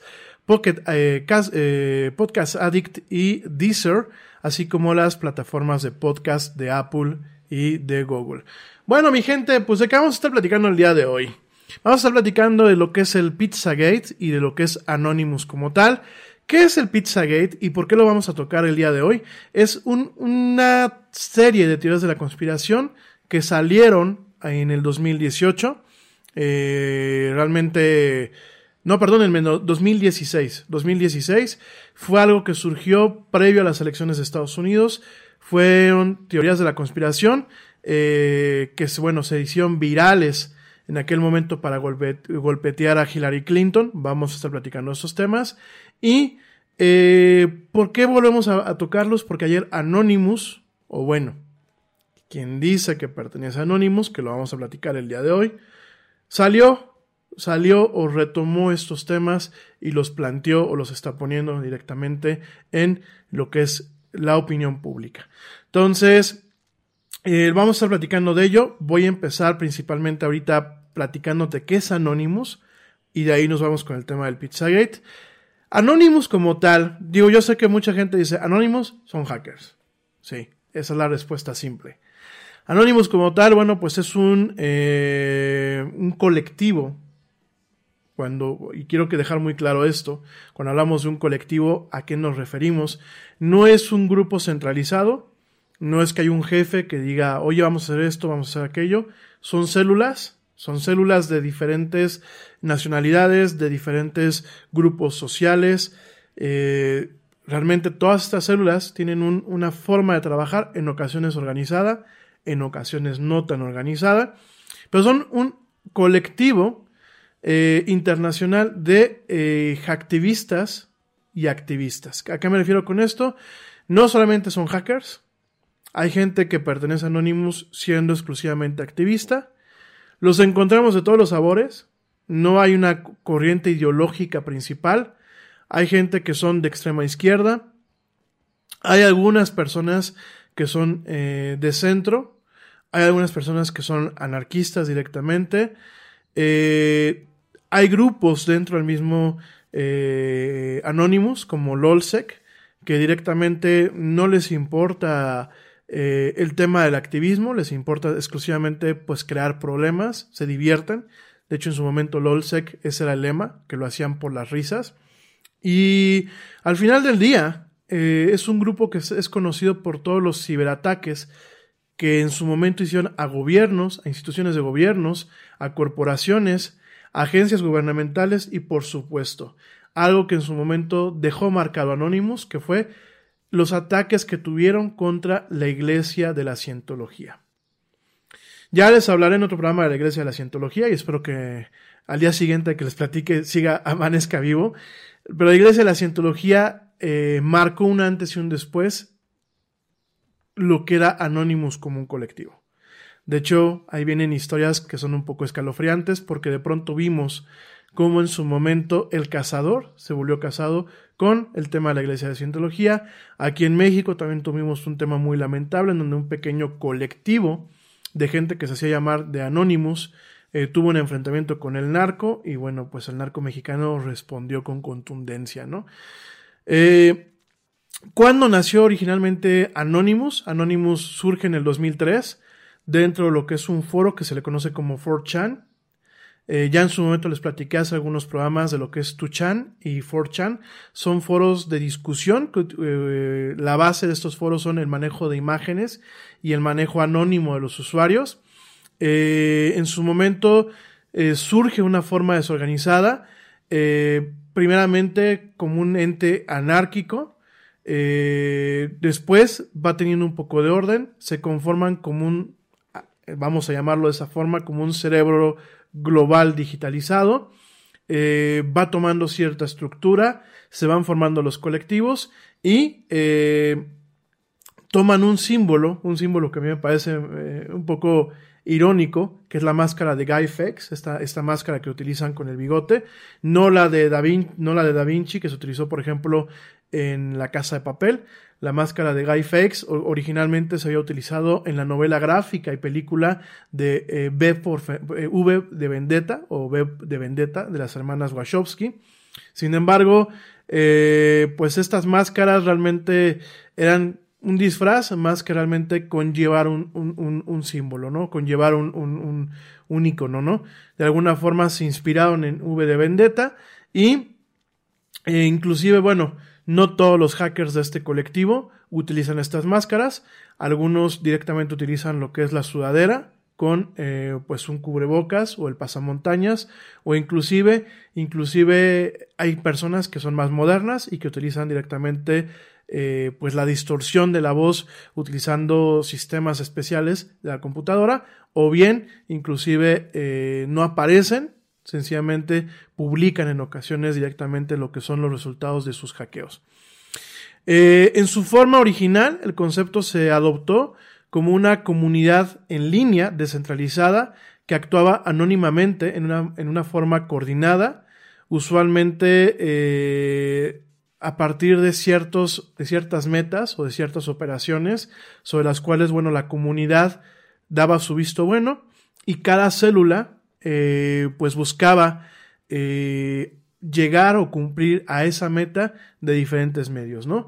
Podcast Addict y Deezer, así como las plataformas de podcast de Apple y de Google. Bueno, mi gente, pues de qué vamos a estar platicando el día de hoy. Vamos a estar platicando de lo que es el Pizzagate y de lo que es Anonymous como tal. ¿Qué es el Pizzagate y por qué lo vamos a tocar el día de hoy? Es una serie de teorías de la conspiración que salieron en el 2018. Realmente... No, perdónenme, 2016. 2016 fue algo que surgió previo a las elecciones de Estados Unidos. Fueron teorías de la conspiración que, bueno, se hicieron virales en aquel momento para golpetear a Hillary Clinton. Vamos a estar platicando estos temas. Y ¿por qué volvemos a tocarlos? Porque ayer Anonymous, o bueno, quien dice que pertenece a Anonymous, que lo vamos a platicar el día de hoy, salió o retomó estos temas y los planteó o los está poniendo directamente en lo que es la opinión pública. Entonces, vamos a estar platicando de ello. Voy a empezar principalmente ahorita platicándote qué es Anonymous y de ahí nos vamos con el tema del Pizzagate. Anonymous como tal, digo, yo sé que mucha gente dice, Anonymous son hackers. Sí, esa es la respuesta simple. Anonymous como tal, bueno, pues es un colectivo. Y quiero que dejar muy claro esto, cuando hablamos de un colectivo, ¿a qué nos referimos? No es un grupo centralizado, no es que hay un jefe que diga, oye, vamos a hacer esto, vamos a hacer aquello. Son células de diferentes nacionalidades, de diferentes grupos sociales. Realmente todas estas células tienen una forma de trabajar, en ocasiones organizada, en ocasiones no tan organizada, pero son un colectivo internacional de hacktivistas y activistas. ¿A qué me refiero con esto? No solamente son hackers, hay gente que pertenece a Anonymous siendo exclusivamente activista. Los encontramos de todos los sabores, no hay una corriente ideológica principal, hay gente que son de extrema izquierda, hay algunas personas que son de centro, hay algunas personas que son anarquistas directamente, hay grupos dentro del mismo Anonymous, como LOLSEC, que directamente no les importa el tema del activismo, les importa exclusivamente pues crear problemas, se divierten. De hecho, en su momento LOLSEC, ese era el lema, que lo hacían por las risas. Y al final del día, es un grupo que es conocido por todos los ciberataques que en su momento hicieron a gobiernos, a instituciones de gobiernos, a corporaciones, a agencias gubernamentales y, por supuesto, algo que en su momento dejó marcado Anonymous, que fue los ataques que tuvieron contra la Iglesia de la Cientología. Ya les hablaré en otro programa de la Iglesia de la Cientología y espero que al día siguiente que les platique amanezca vivo. Pero la Iglesia de la Cientología marcó un antes y un después lo que era Anonymous como un colectivo. De hecho, ahí vienen historias que son un poco escalofriantes porque de pronto vimos cómo en su momento el cazador se volvió casado con el tema de la Iglesia de Cientología. Aquí en México también tuvimos un tema muy lamentable en donde un pequeño colectivo de gente que se hacía llamar de Anonymous tuvo un enfrentamiento con el narco y bueno, pues el narco mexicano respondió con contundencia, ¿no? ¿Cuándo nació originalmente Anonymous? Anonymous surge en el 2003 dentro de lo que es un foro que se le conoce como 4chan. Ya en su momento les platiqué hace algunos programas de lo que es 2chan y 4chan. Son foros de discusión. La base de estos foros son el manejo de imágenes y el manejo anónimo de los usuarios. En su momento surge una forma desorganizada, primeramente como un ente anárquico. Después va teniendo un poco de orden, se conforman como vamos a llamarlo de esa forma, como un cerebro global digitalizado, va tomando cierta estructura, se van formando los colectivos y toman un símbolo que a mí me parece un poco irónico, que es la máscara de Guy Fawkes, esta máscara que utilizan con el bigote, no la de Da Vinci, que se utilizó, por ejemplo, en La Casa de Papel. La máscara de Guy Fawkes originalmente se había utilizado en la novela gráfica y película de V de Vendetta o V de Vendetta de las hermanas Wachowski. Sin embargo, pues estas máscaras realmente eran un disfraz más que realmente conllevar un símbolo, ¿no? Conllevar un icono, ¿no? De alguna forma se inspiraron en V de Vendetta y inclusive, bueno, no todos los hackers de este colectivo utilizan estas máscaras. Algunos directamente utilizan lo que es la sudadera con pues un cubrebocas o el pasamontañas, o inclusive hay personas que son más modernas y que utilizan directamente pues la distorsión de la voz utilizando sistemas especiales de la computadora, o bien inclusive no aparecen, sencillamente publican en ocasiones directamente lo que son los resultados de sus hackeos. En su forma original, el concepto se adoptó como una comunidad en línea descentralizada que actuaba anónimamente en una forma coordinada, usualmente a partir de ciertas metas o de ciertas operaciones sobre las cuales, bueno, la comunidad daba su visto bueno y cada célula pues buscaba llegar o cumplir a esa meta de diferentes medios, ¿no?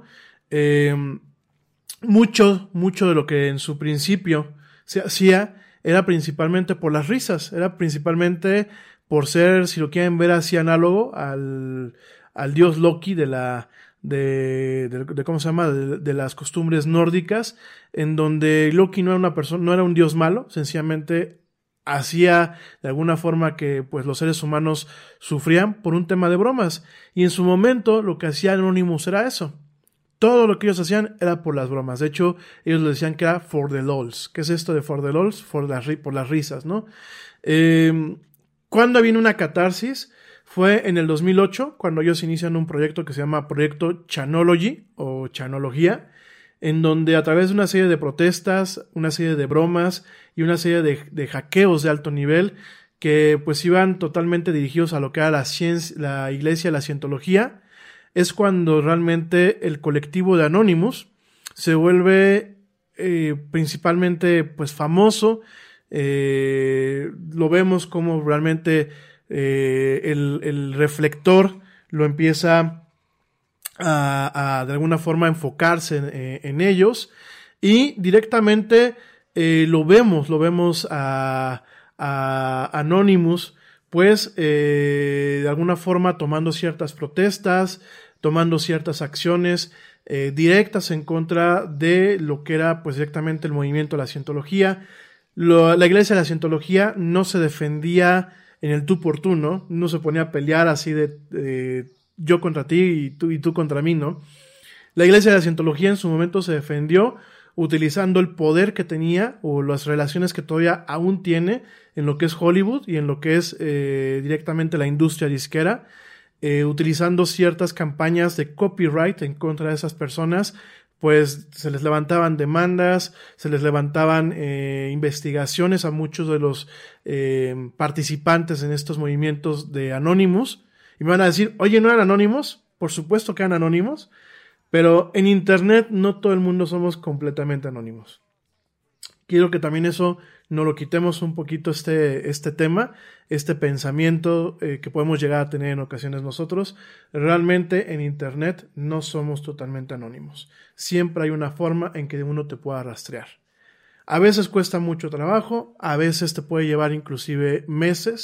Mucho de lo que en su principio se hacía era principalmente por las risas, era principalmente por ser, si lo quieren ver así, análogo al dios Loki de ¿cómo se llama? De las costumbres nórdicas, en donde Loki no era un dios malo, sencillamente hacía de alguna forma que pues los seres humanos sufrían por un tema de bromas, y en su momento lo que hacía Anonymous era eso. Todo lo que ellos hacían era por las bromas. De hecho, ellos le decían que era for the lols. ¿Qué es esto de for the lols? Por las risas, ¿no? ¿Cuándo viene una catarsis? Fue en el 2008, cuando ellos inician un proyecto que se llama Proyecto Chanology o Chanología, en donde a través de una serie de protestas, una serie de bromas y una serie de hackeos de alto nivel que pues iban totalmente dirigidos a lo que era la iglesia, la cientología, es cuando realmente el colectivo de Anonymous se vuelve principalmente pues famoso. Lo vemos como realmente el reflector lo empieza a de alguna forma enfocarse en ellos, y directamente lo vemos a Anonymous pues de alguna forma tomando ciertas protestas, tomando ciertas acciones directas en contra de lo que era pues directamente el movimiento de la cientología. La iglesia de la cientología no se defendía en el tú por tú, ¿no? No se ponía a pelear así de yo contra ti y tú contra mí, ¿no? La iglesia de la cientología en su momento se defendió utilizando el poder que tenía o las relaciones que todavía aún tiene en lo que es Hollywood y en lo que es directamente la industria disquera, utilizando ciertas campañas de copyright en contra de esas personas. Pues se les levantaban demandas, se les levantaban investigaciones a muchos de los participantes en estos movimientos de Anonymous, y me van a decir, oye, ¿no eran anónimos? Por supuesto que eran anónimos, pero en internet no todo el mundo somos completamente anónimos. Quiero que también eso nos lo quitemos un poquito este tema, este pensamiento que podemos llegar a tener en ocasiones nosotros. Realmente en internet no somos totalmente anónimos. Siempre hay una forma en que uno te pueda rastrear. A veces cuesta mucho trabajo, a veces te puede llevar inclusive meses,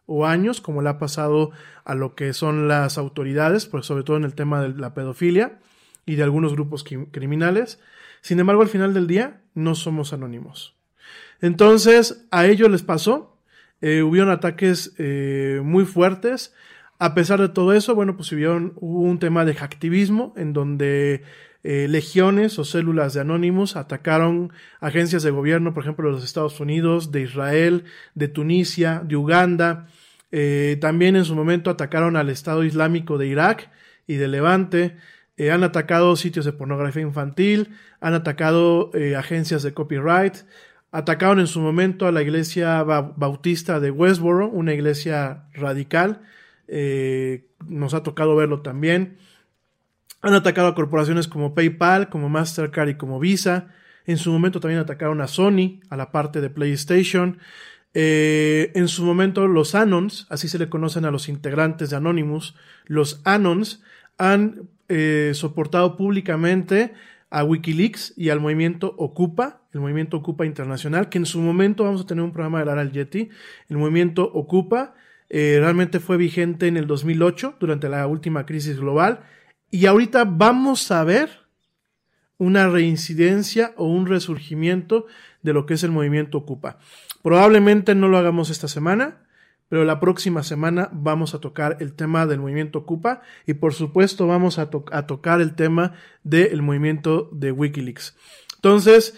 o años, como le ha pasado a lo que son las autoridades, pues sobre todo en el tema de la pedofilia y de algunos grupos criminales. Sin embargo, al final del día, no somos anónimos. Entonces, a ellos les pasó, hubieron ataques muy fuertes. A pesar de todo eso, bueno, pues hubo un tema de hacktivismo en donde legiones o células de Anonymous atacaron agencias de gobierno, por ejemplo, de los Estados Unidos, de Israel, de Tunisia, de Uganda. También en su momento atacaron al Estado Islámico de Irak y de Levante. Han atacado sitios de pornografía infantil, han atacado agencias de copyright, atacaron en su momento a la iglesia bautista de Westboro, una iglesia radical. Nos ha tocado verlo también. Han atacado a corporaciones como PayPal, como Mastercard y como Visa. En su momento también atacaron a Sony, a la parte de PlayStation. En su momento los Anons, así se le conocen a los integrantes de Anonymous, los Anons han soportado públicamente a Wikileaks y al movimiento Ocupa, el movimiento Ocupa Internacional, que en su momento vamos a tener un programa de Lara al Yeti. El movimiento Ocupa realmente fue vigente en el 2008, durante la última crisis global, y ahorita vamos a ver una reincidencia o un resurgimiento de lo que es el movimiento Ocupa. Probablemente no lo hagamos esta semana, pero la próxima semana vamos a tocar el tema del movimiento Ocupa y por supuesto vamos a tocar el tema del movimiento de Wikileaks. Entonces,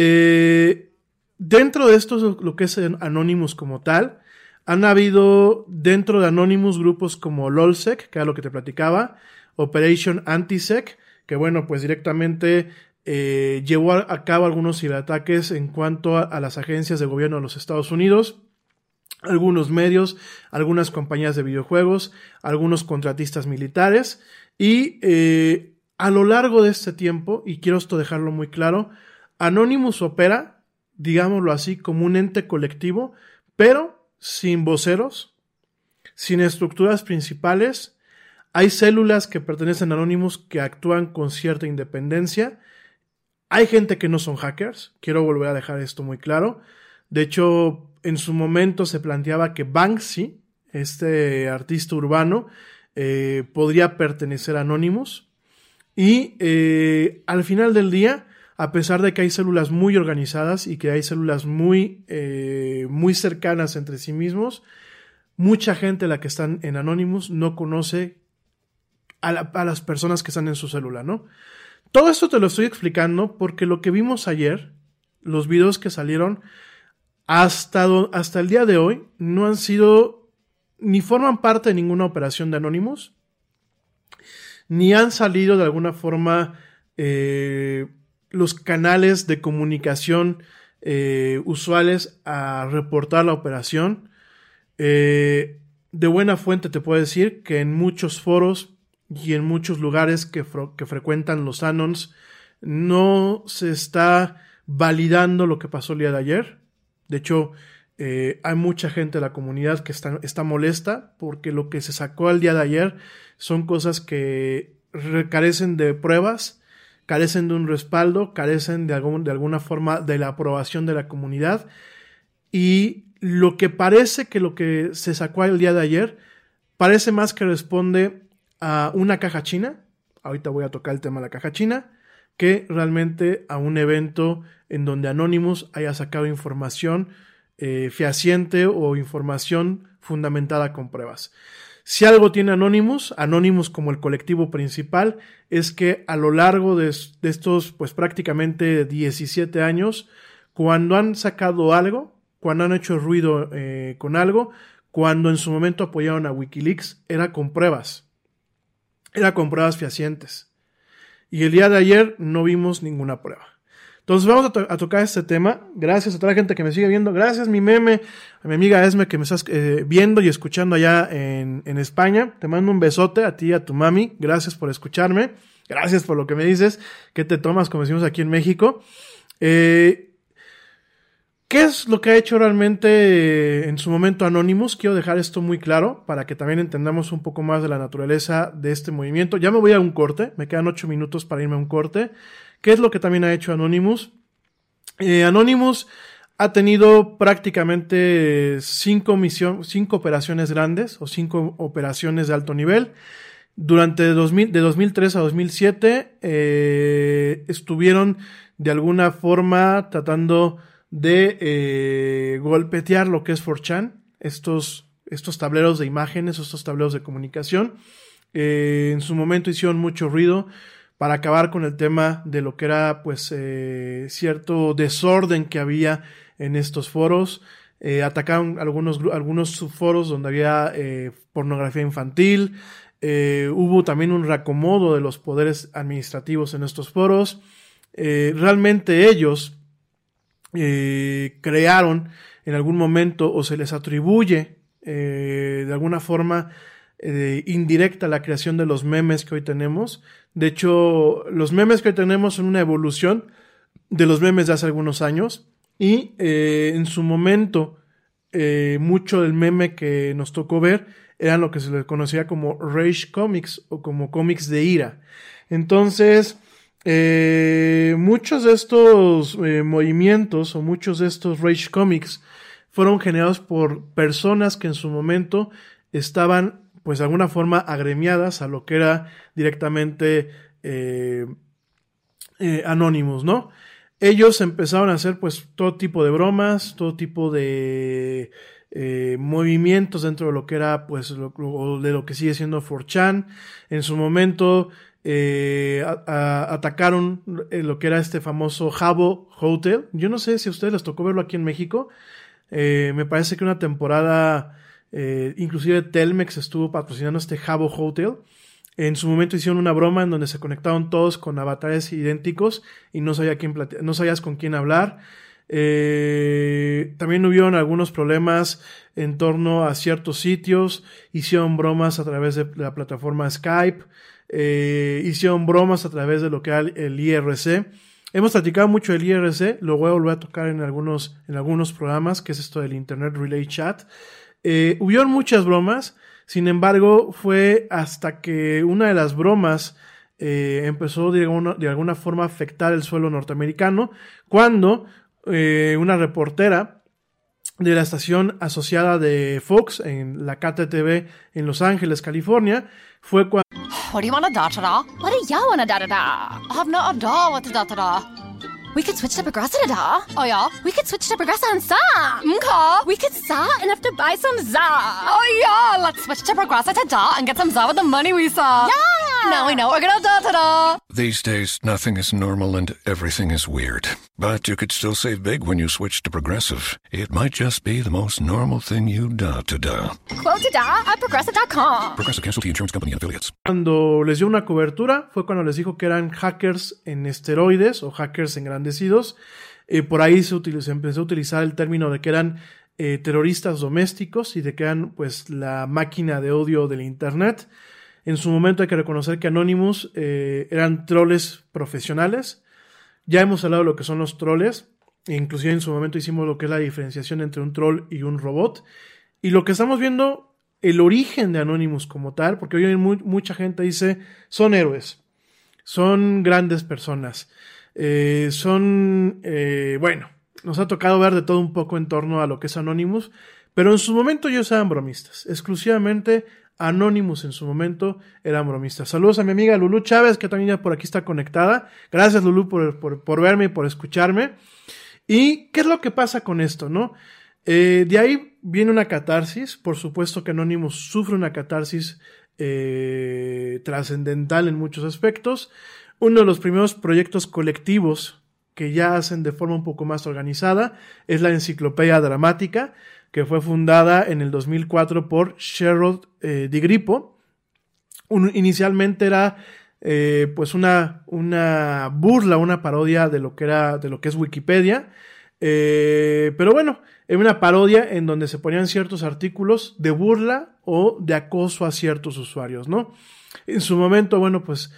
dentro de esto, lo que es Anonymous como tal, han habido dentro de Anonymous grupos como LOLSEC, que era lo que te platicaba, Operation Antisec, que bueno, pues directamente llevó a cabo algunos ciberataques en cuanto a las agencias de gobierno de los Estados Unidos, algunos medios, algunas compañías de videojuegos, algunos contratistas militares, y a lo largo de este tiempo, y quiero esto dejarlo muy claro, Anonymous opera, digámoslo así, como un ente colectivo, pero sin voceros, sin estructuras principales. Hay células que pertenecen a Anonymous que actúan con cierta independencia. Hay gente que no son hackers, quiero volver a dejar esto muy claro. De hecho, en su momento se planteaba que Banksy, este artista urbano, podría pertenecer a Anonymous. Y al final del día, a pesar de que hay células muy organizadas y que hay células muy cercanas entre sí mismos, mucha gente la que están en Anonymous no conoce a las personas que están en su célula, ¿no? Todo esto te lo estoy explicando porque lo que vimos ayer, los videos que salieron hasta el día de hoy, no han sido ni forman parte de ninguna operación de Anonymous, ni han salido de alguna forma los canales de comunicación usuales a reportar la operación. De buena fuente te puedo decir que en muchos foros y en muchos lugares que frecuentan los Anons no se está validando lo que pasó el día de ayer. De hecho, hay mucha gente de la comunidad que está molesta porque lo que se sacó el día de ayer son cosas que carecen de pruebas, carecen de un respaldo, carecen de alguna forma de la aprobación de la comunidad, y lo que parece que lo que se sacó el día de ayer parece más que responde a una caja china, ahorita voy a tocar el tema de la caja china, que realmente a un evento en donde Anonymous haya sacado información fehaciente o información fundamentada con pruebas. Si algo tiene Anonymous como el colectivo principal, es que a lo largo de estos pues prácticamente 17 años, cuando han sacado algo, cuando han hecho ruido con algo, cuando en su momento apoyaron a Wikileaks, era con pruebas fehacientes. Y el día de ayer no vimos ninguna prueba. Entonces vamos a tocar este tema. Gracias a toda la gente que me sigue viendo. Gracias mi meme, a mi amiga Esme que me estás viendo y escuchando allá en España. Te mando un besote a ti y a tu mami. Gracias por escucharme. Gracias por lo que me dices. ¿Qué te tomas? Como decimos aquí en México. ¿Qué es lo que ha hecho realmente en su momento Anonymous? Quiero dejar esto muy claro para que también entendamos un poco más de la naturaleza de este movimiento. Ya me voy a un corte. Me quedan 8 minutos para irme a un corte. ¿Qué es lo que también ha hecho Anonymous? Anonymous ha tenido prácticamente 5 operaciones grandes o 5 operaciones de alto nivel. Durante de 2003 a 2007 estuvieron de alguna forma tratando de golpetear lo que es 4chan, estos tableros de imágenes, estos tableros de comunicación. En su momento hicieron mucho ruido para acabar con el tema de lo que era pues cierto desorden que había en estos foros. Atacaron algunos subforos donde había pornografía infantil. Hubo también un reacomodo de los poderes administrativos en estos foros. Realmente ellos crearon en algún momento, o se les atribuye de alguna forma indirecta, la creación de los memes que hoy tenemos. De hecho, los memes que hoy tenemos son una evolución de los memes de hace algunos años, y en su momento mucho del meme que nos tocó ver eran lo que se les conocía como Rage Comics o como cómics de ira. Entonces, muchos de estos movimientos o muchos de estos Rage Comics fueron generados por personas que en su momento estaban, pues de alguna forma, agremiadas a lo que era directamente Anonymous, ¿no? Ellos empezaron a hacer pues todo tipo de bromas, todo tipo de movimientos dentro de lo que era pues de lo que sigue siendo 4chan. En su momento atacaron lo que era este famoso Habbo Hotel. Yo no sé si a ustedes les tocó verlo aquí en México. Me parece que una temporada inclusive Telmex estuvo patrocinando este Habbo Hotel. En su momento hicieron una broma en donde se conectaron todos con avatares idénticos y no sabías con quién hablar. También hubieron algunos problemas en torno a ciertos sitios. Hicieron bromas a través de la plataforma Skype. Hicieron bromas a través de lo que era el IRC. Hemos platicado mucho del IRC, lo voy a volver a tocar en algunos programas, que es esto del Internet Relay Chat. Hubieron muchas bromas, sin embargo, fue hasta que una de las bromas empezó de alguna forma a afectar el suelo norteamericano, cuando una reportera de la estación asociada de Fox, en la KTTV en Los Ángeles, California, fue cuando... What do you want a da-da-da? What do you want a da-da-da? Have not a da, what a da-da-da? We could switch to Progressa da. Oh yeah? We could switch to Progressa and sa. Mka. We could sa and have to buy some za. Oh yeah, let's switch to Progressa to da and get some za with the money we saw. Yeah! Now we know we're gonna da-da-da. These days, nothing is normal and everything is weird. But you could still save big when you switch to Progressive. It might just be the most normal thing you da-da-da. Quote to da at Progressive.com. Progressive Casualty Insurance Company and Affiliates. Cuando les dio una cobertura fue cuando les dijo que eran hackers en esteroides o hackers engrandecidos. Por ahí se empezó a utilizar el término de que eran terroristas domésticos y de que eran pues la máquina de odio del internet. En su momento hay que reconocer que Anonymous eran troles profesionales. Ya hemos hablado de lo que son los troles. Inclusive en su momento hicimos lo que es la diferenciación entre un troll y un robot. Y lo que estamos viendo, el origen de Anonymous como tal, porque hoy mucha gente dice, son héroes, son grandes personas, bueno, nos ha tocado ver de todo un poco en torno a lo que es Anonymous, pero en su momento ellos eran bromistas, exclusivamente Anonymous en su momento eran bromistas. Saludos a mi amiga Lulú Chávez, que también ya por aquí está conectada. Gracias, Lulú, por verme y por escucharme. ¿Y qué es lo que pasa con esto, no? De ahí viene una catarsis. Por supuesto que Anonymous sufre una catarsis trascendental en muchos aspectos. Uno de los primeros proyectos colectivos que ya hacen de forma un poco más organizada es la Enciclopedia Dramática, que fue fundada en el 2004 por Cheryl DiGrippo. Inicialmente era pues una burla, una parodia de lo que es Wikipedia, pero bueno, era una parodia en donde se ponían ciertos artículos de burla o de acoso a ciertos usuarios, ¿no? En su momento, bueno, pues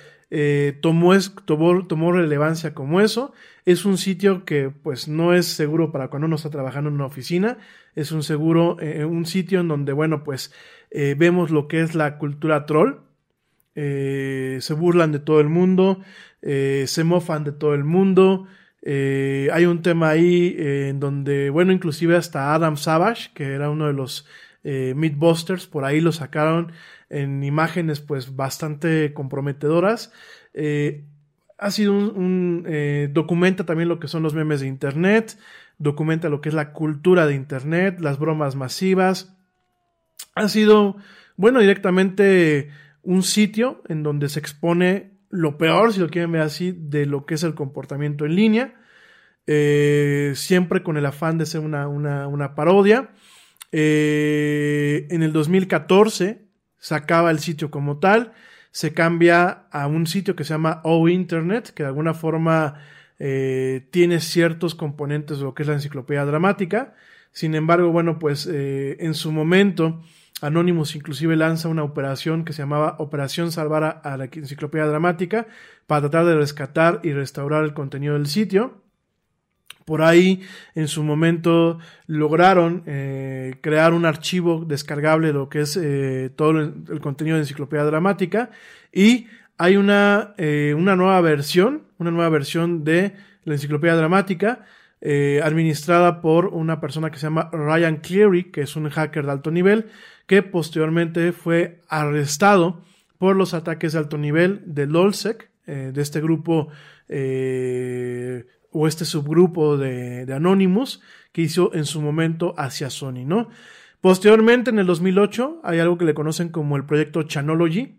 tomó relevancia como eso. Es un sitio que pues no es seguro para cuando uno está trabajando en una oficina. Es un sitio en donde, bueno, pues vemos lo que es la cultura troll. Se burlan de todo el mundo, se mofan de todo el mundo, Hay un tema ahí en donde, bueno, inclusive hasta Adam Savage, que era uno de los Mythbusters, por ahí lo sacaron en imágenes pues bastante comprometedoras. Ha sido documenta también lo que son los memes de internet, documenta lo que es la cultura de internet, las bromas masivas. Ha sido, bueno, directamente un sitio en donde se expone lo peor, si lo quieren ver así, de lo que es el comportamiento en línea, siempre con el afán de ser una parodia. En el 2014 se acaba el sitio como tal, se cambia a un sitio que se llama O Internet, que de alguna forma tiene ciertos componentes de lo que es la enciclopedia dramática. Sin embargo, bueno, pues en su momento Anonymous inclusive lanza una operación que se llamaba Operación Salvar a la Enciclopedia Dramática para tratar de rescatar y restaurar el contenido del sitio. Por ahí, en su momento, lograron crear un archivo descargable de lo que es todo el contenido de Enciclopedia Dramática, y hay una nueva versión de la Enciclopedia Dramática administrada por una persona que se llama Ryan Cleary, que es un hacker de alto nivel, que posteriormente fue arrestado por los ataques de alto nivel de LOLSEC, de este grupo o este subgrupo de Anonymous que hizo en su momento hacia Sony, ¿no? Posteriormente, en el 2008, hay algo que le conocen como el proyecto Chanology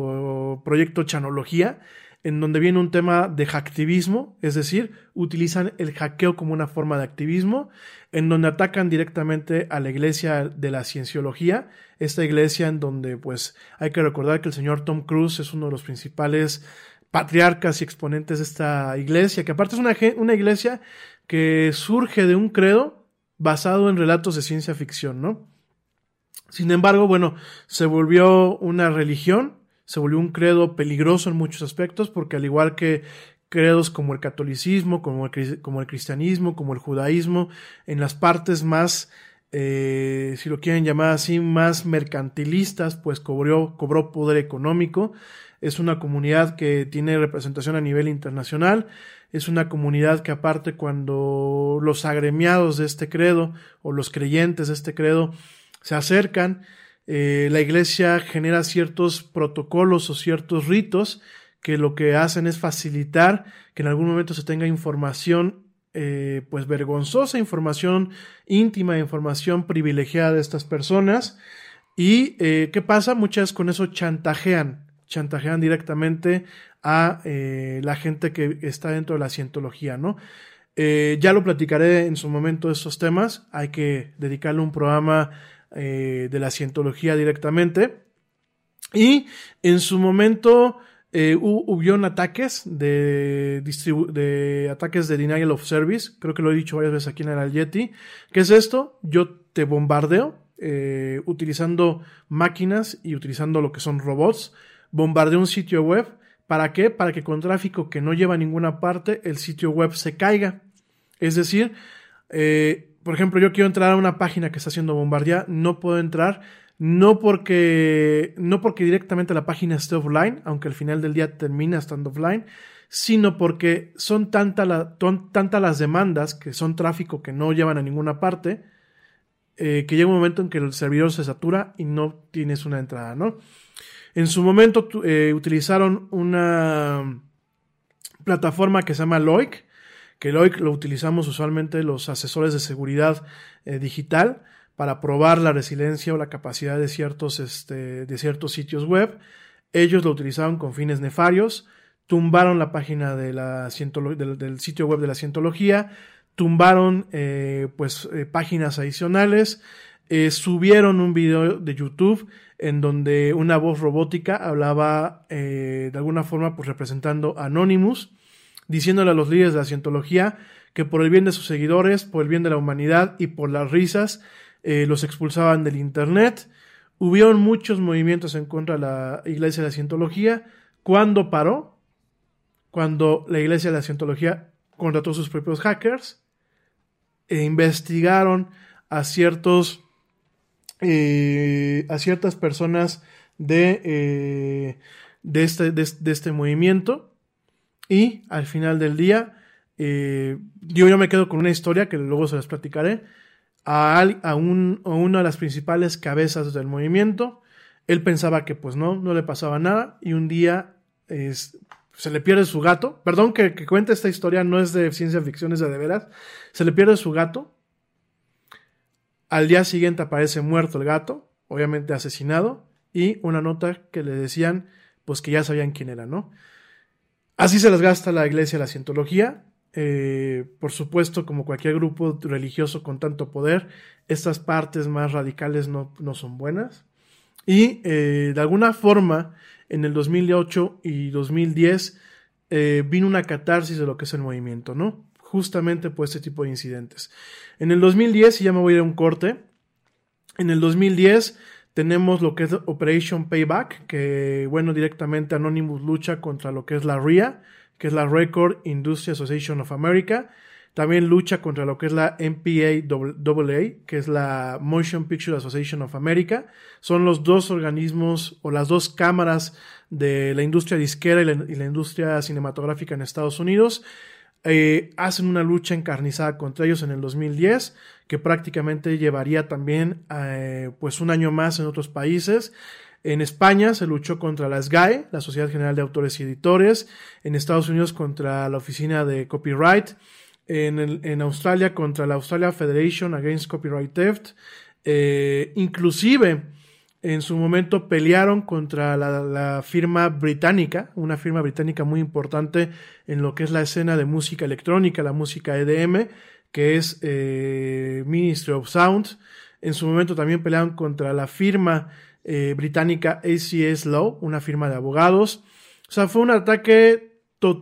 o proyecto Chanología, en donde viene un tema de hacktivismo, es decir, utilizan el hackeo como una forma de activismo, en donde atacan directamente a la iglesia de la cienciología, esta iglesia en donde pues hay que recordar que el señor Tom Cruise es uno de los principales patriarcas y exponentes de esta iglesia, que aparte es una iglesia que surge de un credo basado en relatos de ciencia ficción, ¿no? Sin embargo, bueno, se volvió una religión, se volvió un credo peligroso en muchos aspectos, porque al igual que credos como el catolicismo, como el cristianismo, como el judaísmo, en las partes más, si lo quieren llamar así, más mercantilistas, pues cobró poder económico. Es una comunidad que tiene representación a nivel internacional, es una comunidad que aparte cuando los agremiados de este credo o los creyentes de este credo se acercan, la iglesia genera ciertos protocolos o ciertos ritos que lo que hacen es facilitar que en algún momento se tenga información pues vergonzosa, información íntima, información privilegiada de estas personas. Y ¿qué pasa? Muchas con eso chantajean directamente a la gente que está dentro de la cientología, ¿no? Ya lo platicaré en su momento de estos temas, hay que dedicarle un programa de la cientología directamente. Y en su momento hubieron ataques de ataques de denial of service, creo que lo he dicho varias veces aquí en el Yeti. ¿Qué es esto? Yo te bombardeo utilizando máquinas y utilizando lo que son robots, bombardeo un sitio web. ¿Para qué? Para que con tráfico que no lleva a ninguna parte el sitio web se caiga. Es decir, por ejemplo, yo quiero entrar a una página que está siendo bombardeada, no puedo entrar, no porque directamente la página esté offline, aunque al final del día termina estando offline, sino porque son tantas las demandas, que son tráfico que no llevan a ninguna parte, que llega un momento en que el servidor se satura y no tienes una entrada, ¿no? En su momento utilizaron una plataforma que se llama Loic, que Loic lo utilizamos usualmente los asesores de seguridad digital para probar la resiliencia o la capacidad de ciertos sitios web. Ellos lo utilizaron con fines nefarios, tumbaron la página de del sitio web de la cientología, tumbaron páginas adicionales, subieron un video de YouTube en donde una voz robótica hablaba de alguna forma pues representando a Anonymous, diciéndole a los líderes de la cientología que por el bien de sus seguidores, por el bien de la humanidad y por las risas los expulsaban del internet. Hubieron muchos movimientos en contra de la iglesia de la cientología. ¿Cuándo paró? Cuando la iglesia de la cientología contrató sus propios hackers e investigaron a ciertas personas de este movimiento, y al final del día Yo me quedo con una historia que luego se las platicaré, a una de las principales cabezas del movimiento. Él pensaba que pues no le pasaba nada, y un día se le pierde su gato. Perdón que cuente esta historia, no es de ciencia ficción, es de veras. Se le pierde su gato. Al día siguiente aparece muerto el gato, obviamente asesinado, y una nota que le decían pues que ya sabían quién era, ¿no? Así se les gasta la iglesia la cientología. Por supuesto, como cualquier grupo religioso con tanto poder, estas partes más radicales no son buenas. Y de alguna forma, en el 2008 y 2010 vino una catarsis de lo que es el movimiento, ¿no? Justamente por este tipo de incidentes. En el 2010, y ya me voy a ir a un corte, en el 2010 tenemos lo que es Operation Payback, que bueno, directamente Anonymous lucha contra lo que es la RIA, que es la Record Industry Association of America. También lucha contra lo que es la MPAAA, que es la Motion Picture Association of America. Son los dos organismos o las dos cámaras de la industria disquera y la industria cinematográfica en Estados Unidos. Hacen una lucha encarnizada contra ellos en el 2010, que prácticamente llevaría también pues un año más en otros países. En España se luchó contra la SGAE, la Sociedad General de Autores y Editores. En Estados Unidos contra la Oficina de Copyright. En Australia contra la Australia Federation Against Copyright Theft. Inclusive en su momento pelearon contra la firma británica, una firma británica muy importante en lo que es la escena de música electrónica, la música EDM, que es Ministry of Sound. En su momento también pelearon contra la firma británica ACS Law, una firma de abogados. O sea, fue un ataque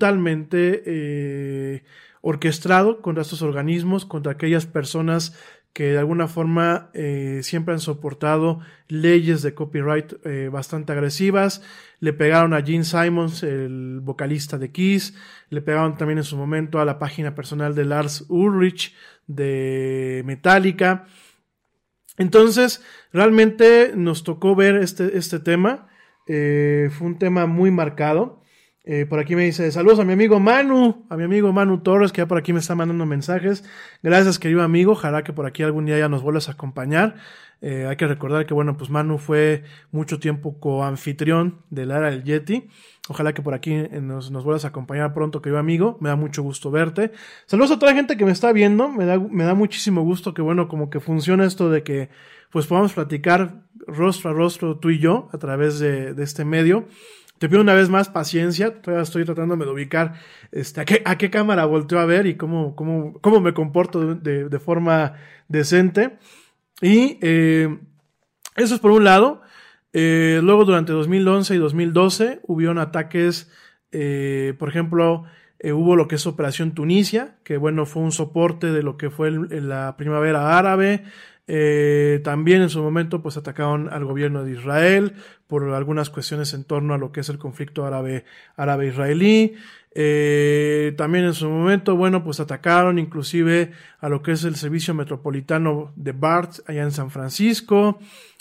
totalmente orquestado contra estos organismos, contra aquellas personas que de alguna forma siempre han soportado leyes de copyright bastante agresivas. Le pegaron a Gene Simmons, el vocalista de Kiss. Le pegaron también en su momento a la página personal de Lars Ulrich de Metallica. Entonces, realmente nos tocó ver este tema. Fue un tema muy marcado. Por aquí me dice, saludos a mi amigo Manu Torres, que ya por aquí me está mandando mensajes. Gracias, querido amigo, ojalá que por aquí algún día ya nos vuelvas a acompañar. Hay que recordar que bueno, pues Manu fue mucho tiempo coanfitrión de la era del Yeti. Ojalá que por aquí nos vuelvas a acompañar pronto, querido amigo. Me da mucho gusto verte. Saludos a toda la gente que me está viendo. Me da muchísimo gusto que bueno, como que funciona esto de que pues podamos platicar rostro a rostro tú y yo a través de este medio. Te pido una vez más paciencia, todavía estoy tratándome de ubicar a qué cámara volteo a ver y cómo me comporto de forma decente. Y eso es por un lado. Luego durante 2011 y 2012 hubieron ataques, por ejemplo, hubo lo que es Operación Tunisia, que bueno, fue un soporte de lo que fue la primavera árabe. También en su momento pues atacaron al gobierno de Israel por algunas cuestiones en torno a lo que es el conflicto árabe-israelí. También en su momento, bueno, pues atacaron inclusive a lo que es el servicio metropolitano de BART allá en San Francisco.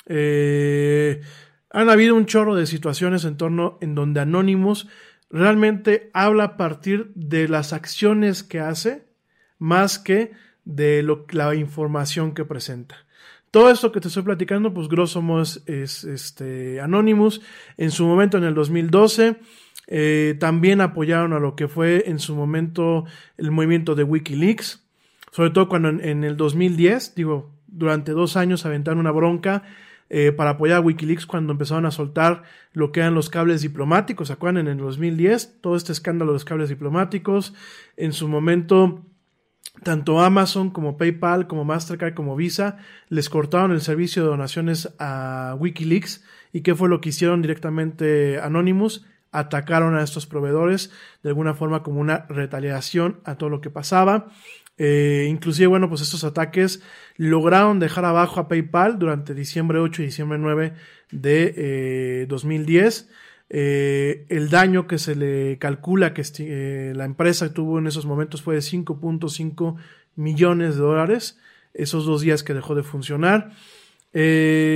Han habido un chorro de situaciones en donde Anonymous realmente habla a partir de las acciones que hace más que de la información que presenta. Todo esto que te estoy platicando, pues grosso modo es Anonymous. En su momento, en el 2012, también apoyaron a lo que fue en su momento el movimiento de WikiLeaks, sobre todo cuando en el 2010, durante 2 años aventaron una bronca para apoyar a WikiLeaks cuando empezaron a soltar lo que eran los cables diplomáticos. ¿Se acuerdan? En el 2010, todo este escándalo de los cables diplomáticos. En su momento, tanto Amazon como PayPal, como Mastercard, como Visa, les cortaron el servicio de donaciones a WikiLeaks. ¿Y qué fue lo que hicieron directamente Anonymous? Atacaron a estos proveedores de alguna forma como una retaliación a todo lo que pasaba. Inclusive, bueno, pues estos ataques lograron dejar abajo a PayPal durante diciembre 8 y diciembre 9 de 2010. El daño que se le calcula que la empresa tuvo en esos momentos fue de $5.5 millones. Esos 2 días que dejó de funcionar.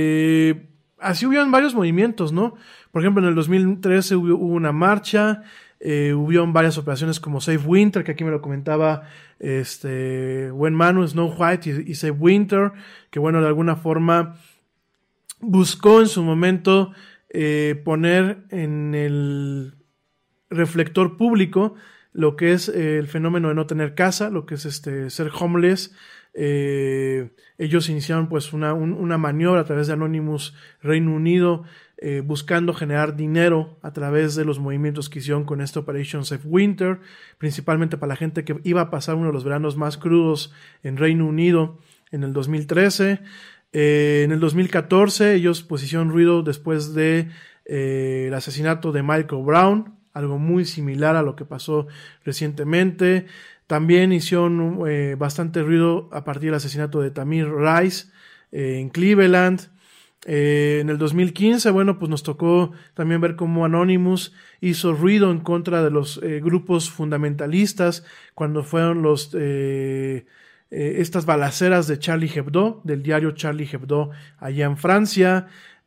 Así hubieron varios movimientos, ¿no? Por ejemplo, en el 2013 hubo una marcha. hubieron varias operaciones como Save Winter, que aquí me lo comentaba buen Manu, Snow White y Save Winter, que bueno, de alguna forma buscó en su momento poner en el reflector público lo que es el fenómeno de no tener casa, lo que es ser homeless. Ellos iniciaron pues una maniobra a través de Anonymous Reino Unido, buscando generar dinero a través de los movimientos que hicieron con esta Operation Save Winter, principalmente para la gente que iba a pasar uno de los veranos más crudos en Reino Unido en el 2013. En el 2014 ellos pues hicieron ruido después de el asesinato de Michael Brown, algo muy similar a lo que pasó recientemente. También hicieron bastante ruido a partir del asesinato de Tamir Rice en Cleveland. En el 2015, bueno, pues nos tocó también ver cómo Anonymous hizo ruido en contra de los grupos fundamentalistas cuando fueron estas balaceras de Charlie Hebdo, del diario Charlie Hebdo allá en Francia.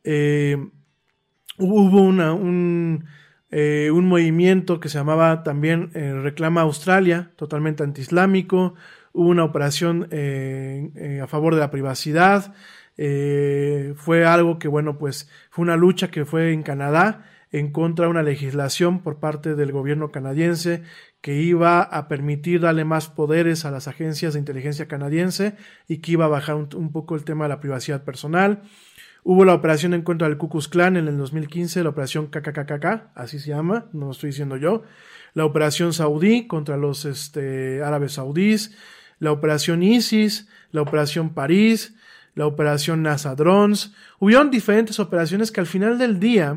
Hubo un movimiento que se llamaba también Reclama Australia, totalmente antiislámico. Hubo una operación a favor de la privacidad. Fue algo que, bueno, pues fue una lucha que fue en Canadá en contra de una legislación por parte del gobierno canadiense que iba a permitir darle más poderes a las agencias de inteligencia canadiense y que iba a bajar un poco el tema de la privacidad personal. Hubo la operación en contra del Ku Klux Klan en el 2015, la operación KKKK, así se llama, no lo estoy diciendo yo. La operación Saudí contra los árabes saudíes, la operación ISIS, la operación París, la operación NASA Drones. Hubieron diferentes operaciones que al final del día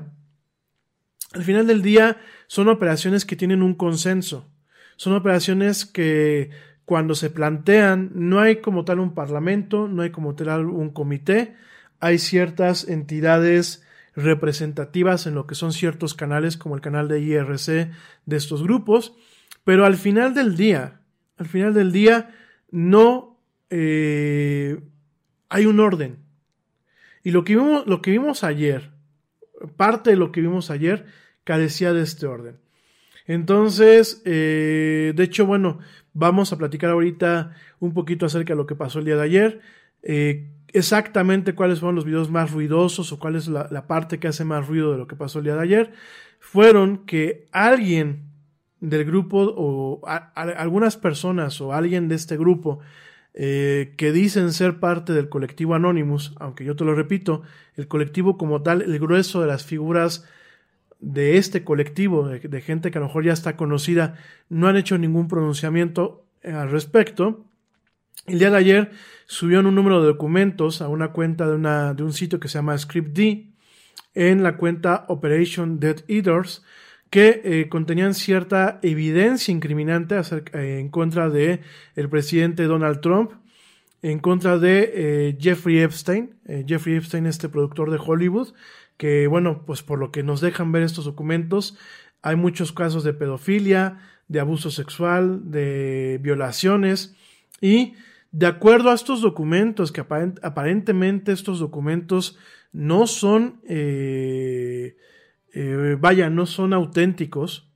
son operaciones que tienen un consenso. Son operaciones que cuando se plantean no hay como tal un parlamento, no hay como tal un comité, hay ciertas entidades representativas en lo que son ciertos canales como el canal de IRC de estos grupos, pero al final del día no hay un orden. Y lo que vimos ayer, parte de lo que vimos ayer, carecía de este orden. Entonces, de hecho, bueno, vamos a platicar ahorita un poquito acerca de lo que pasó el día de ayer, exactamente cuáles fueron los videos más ruidosos o cuál es la parte que hace más ruido de lo que pasó el día de ayer. Fueron que alguien del grupo o algunas personas o alguien de este grupo que dicen ser parte del colectivo Anonymous, aunque yo te lo repito, el colectivo como tal, el grueso de las figuras de este colectivo, de gente que a lo mejor ya está conocida, no han hecho ningún pronunciamiento al respecto. El día de ayer subieron un número de documentos a una cuenta de un sitio que se llama ScriptD, en la cuenta Operation Death Eaters, que contenían cierta evidencia incriminante en contra de el presidente Donald Trump, en contra de Jeffrey Epstein, este productor de Hollywood, que bueno, pues por lo que nos dejan ver estos documentos, hay muchos casos de pedofilia, de abuso sexual, de violaciones, y de acuerdo a estos documentos, que aparentemente estos documentos no son no son auténticos.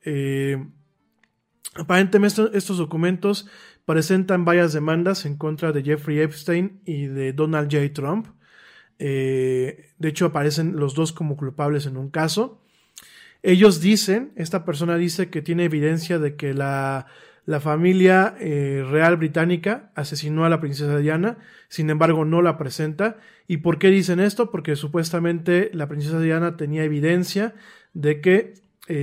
Aparentemente estos documentos presentan varias demandas en contra de Jeffrey Epstein y de Donald J. Trump. De hecho, aparecen los dos como culpables en un caso. Esta persona dice que tiene evidencia de que la familia real británica asesinó a la princesa Diana, sin embargo no la presenta. ¿Y por qué dicen esto? Porque supuestamente la princesa Diana tenía evidencia de que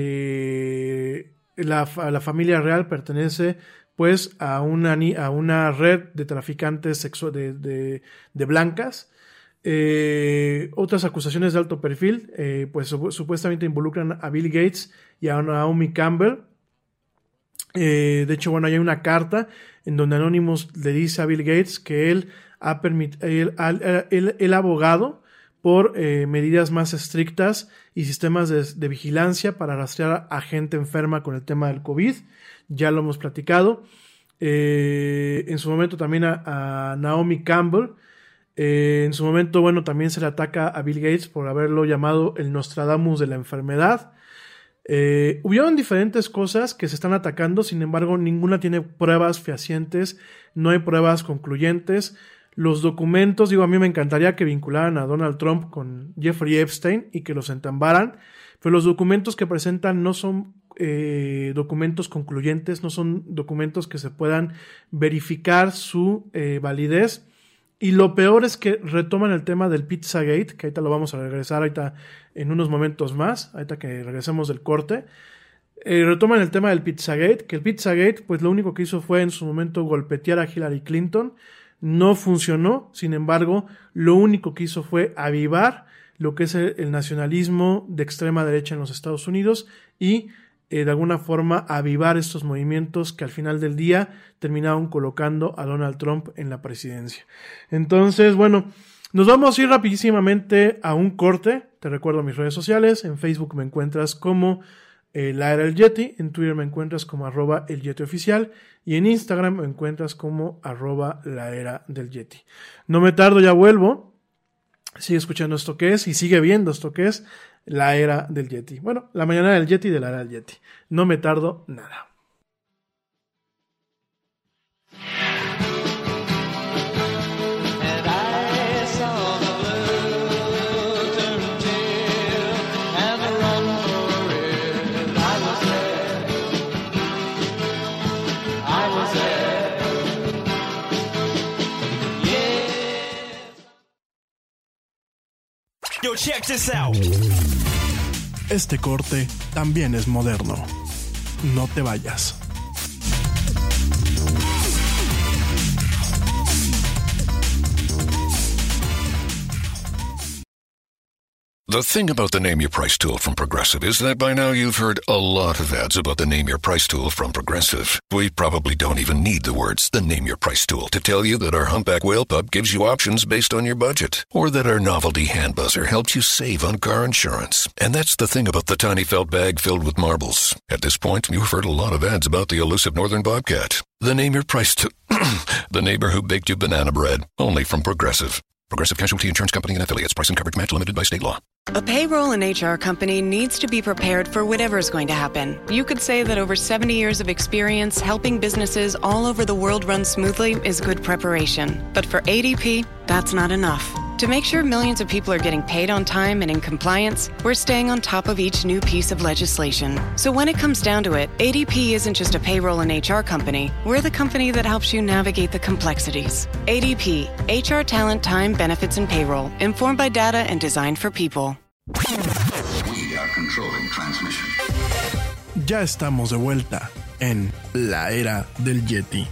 la familia real pertenece pues a una red de traficantes de blancas. Otras acusaciones de alto perfil pues supuestamente involucran a Bill Gates y a Naomi Campbell. De hecho, bueno, hay una carta en donde Anonymous le dice a Bill Gates que él ha abogado por medidas más estrictas y sistemas de vigilancia para rastrear a gente enferma con el tema del COVID. Ya lo hemos platicado. En su momento también a Naomi Campbell. En su momento, bueno, también se le ataca a Bill Gates por haberlo llamado el Nostradamus de la enfermedad. Hubieron diferentes cosas que se están atacando, sin embargo, ninguna tiene pruebas fehacientes, no hay pruebas concluyentes. Los documentos, a mí me encantaría que vincularan a Donald Trump con Jeffrey Epstein y que los entambaran, pero los documentos que presentan no son documentos concluyentes, no son documentos que se puedan verificar su validez. Y lo peor es que retoman el tema del Pizzagate, que ahorita lo vamos a regresar ahorita en unos momentos más, ahorita que regresemos del corte. Retoman el tema del Pizzagate, que el Pizzagate pues lo único que hizo fue en su momento golpetear a Hillary Clinton. No funcionó, sin embargo, lo único que hizo fue avivar lo que es el nacionalismo de extrema derecha en los Estados Unidos y de alguna forma avivar estos movimientos que al final del día terminaron colocando a Donald Trump en la presidencia. Entonces, bueno, nos vamos a ir rapidísimamente a un corte. Te recuerdo mis redes sociales. En Facebook me encuentras como La Era del Yeti, en Twitter me encuentras como @elYetiOficial y en Instagram me encuentras como @La Era del Yeti. No me tardo, ya vuelvo. Sigue escuchando esto que es y sigue viendo esto que es La Era del Yeti. Bueno, la mañana del Yeti de La Era del Yeti. No me tardo nada. Yo, check this out. Este corte también es moderno. No te vayas. The thing about the Name Your Price tool from Progressive is that by now you've heard a lot of ads about the Name Your Price tool from Progressive. We probably don't even need the words, the Name Your Price tool, to tell you that our Humpback Whale Pup gives you options based on your budget, or that our novelty hand buzzer helps you save on car insurance. And that's the thing about the tiny felt bag filled with marbles. At this point, you've heard a lot of ads about the elusive northern bobcat. The Name Your Price tool, the neighbor who baked you banana bread, only from Progressive. Progressive Casualty Insurance Company and Affiliates. Price and coverage match limited by state law. A payroll and HR company needs to be prepared for whatever's going to happen. You could say that over 70 years of experience helping businesses all over the world run smoothly is good preparation. But for ADP, that's not enough. To make sure millions of people are getting paid on time and in compliance, we're staying on top of each new piece of legislation. So when it comes down to it, ADP isn't just a payroll and HR company. We're the company that helps you navigate the complexities. ADP, HR talent, time, benefits, and payroll, informed by data and designed for people. We are controlling transmission. Ya estamos de vuelta en La Era del Yeti.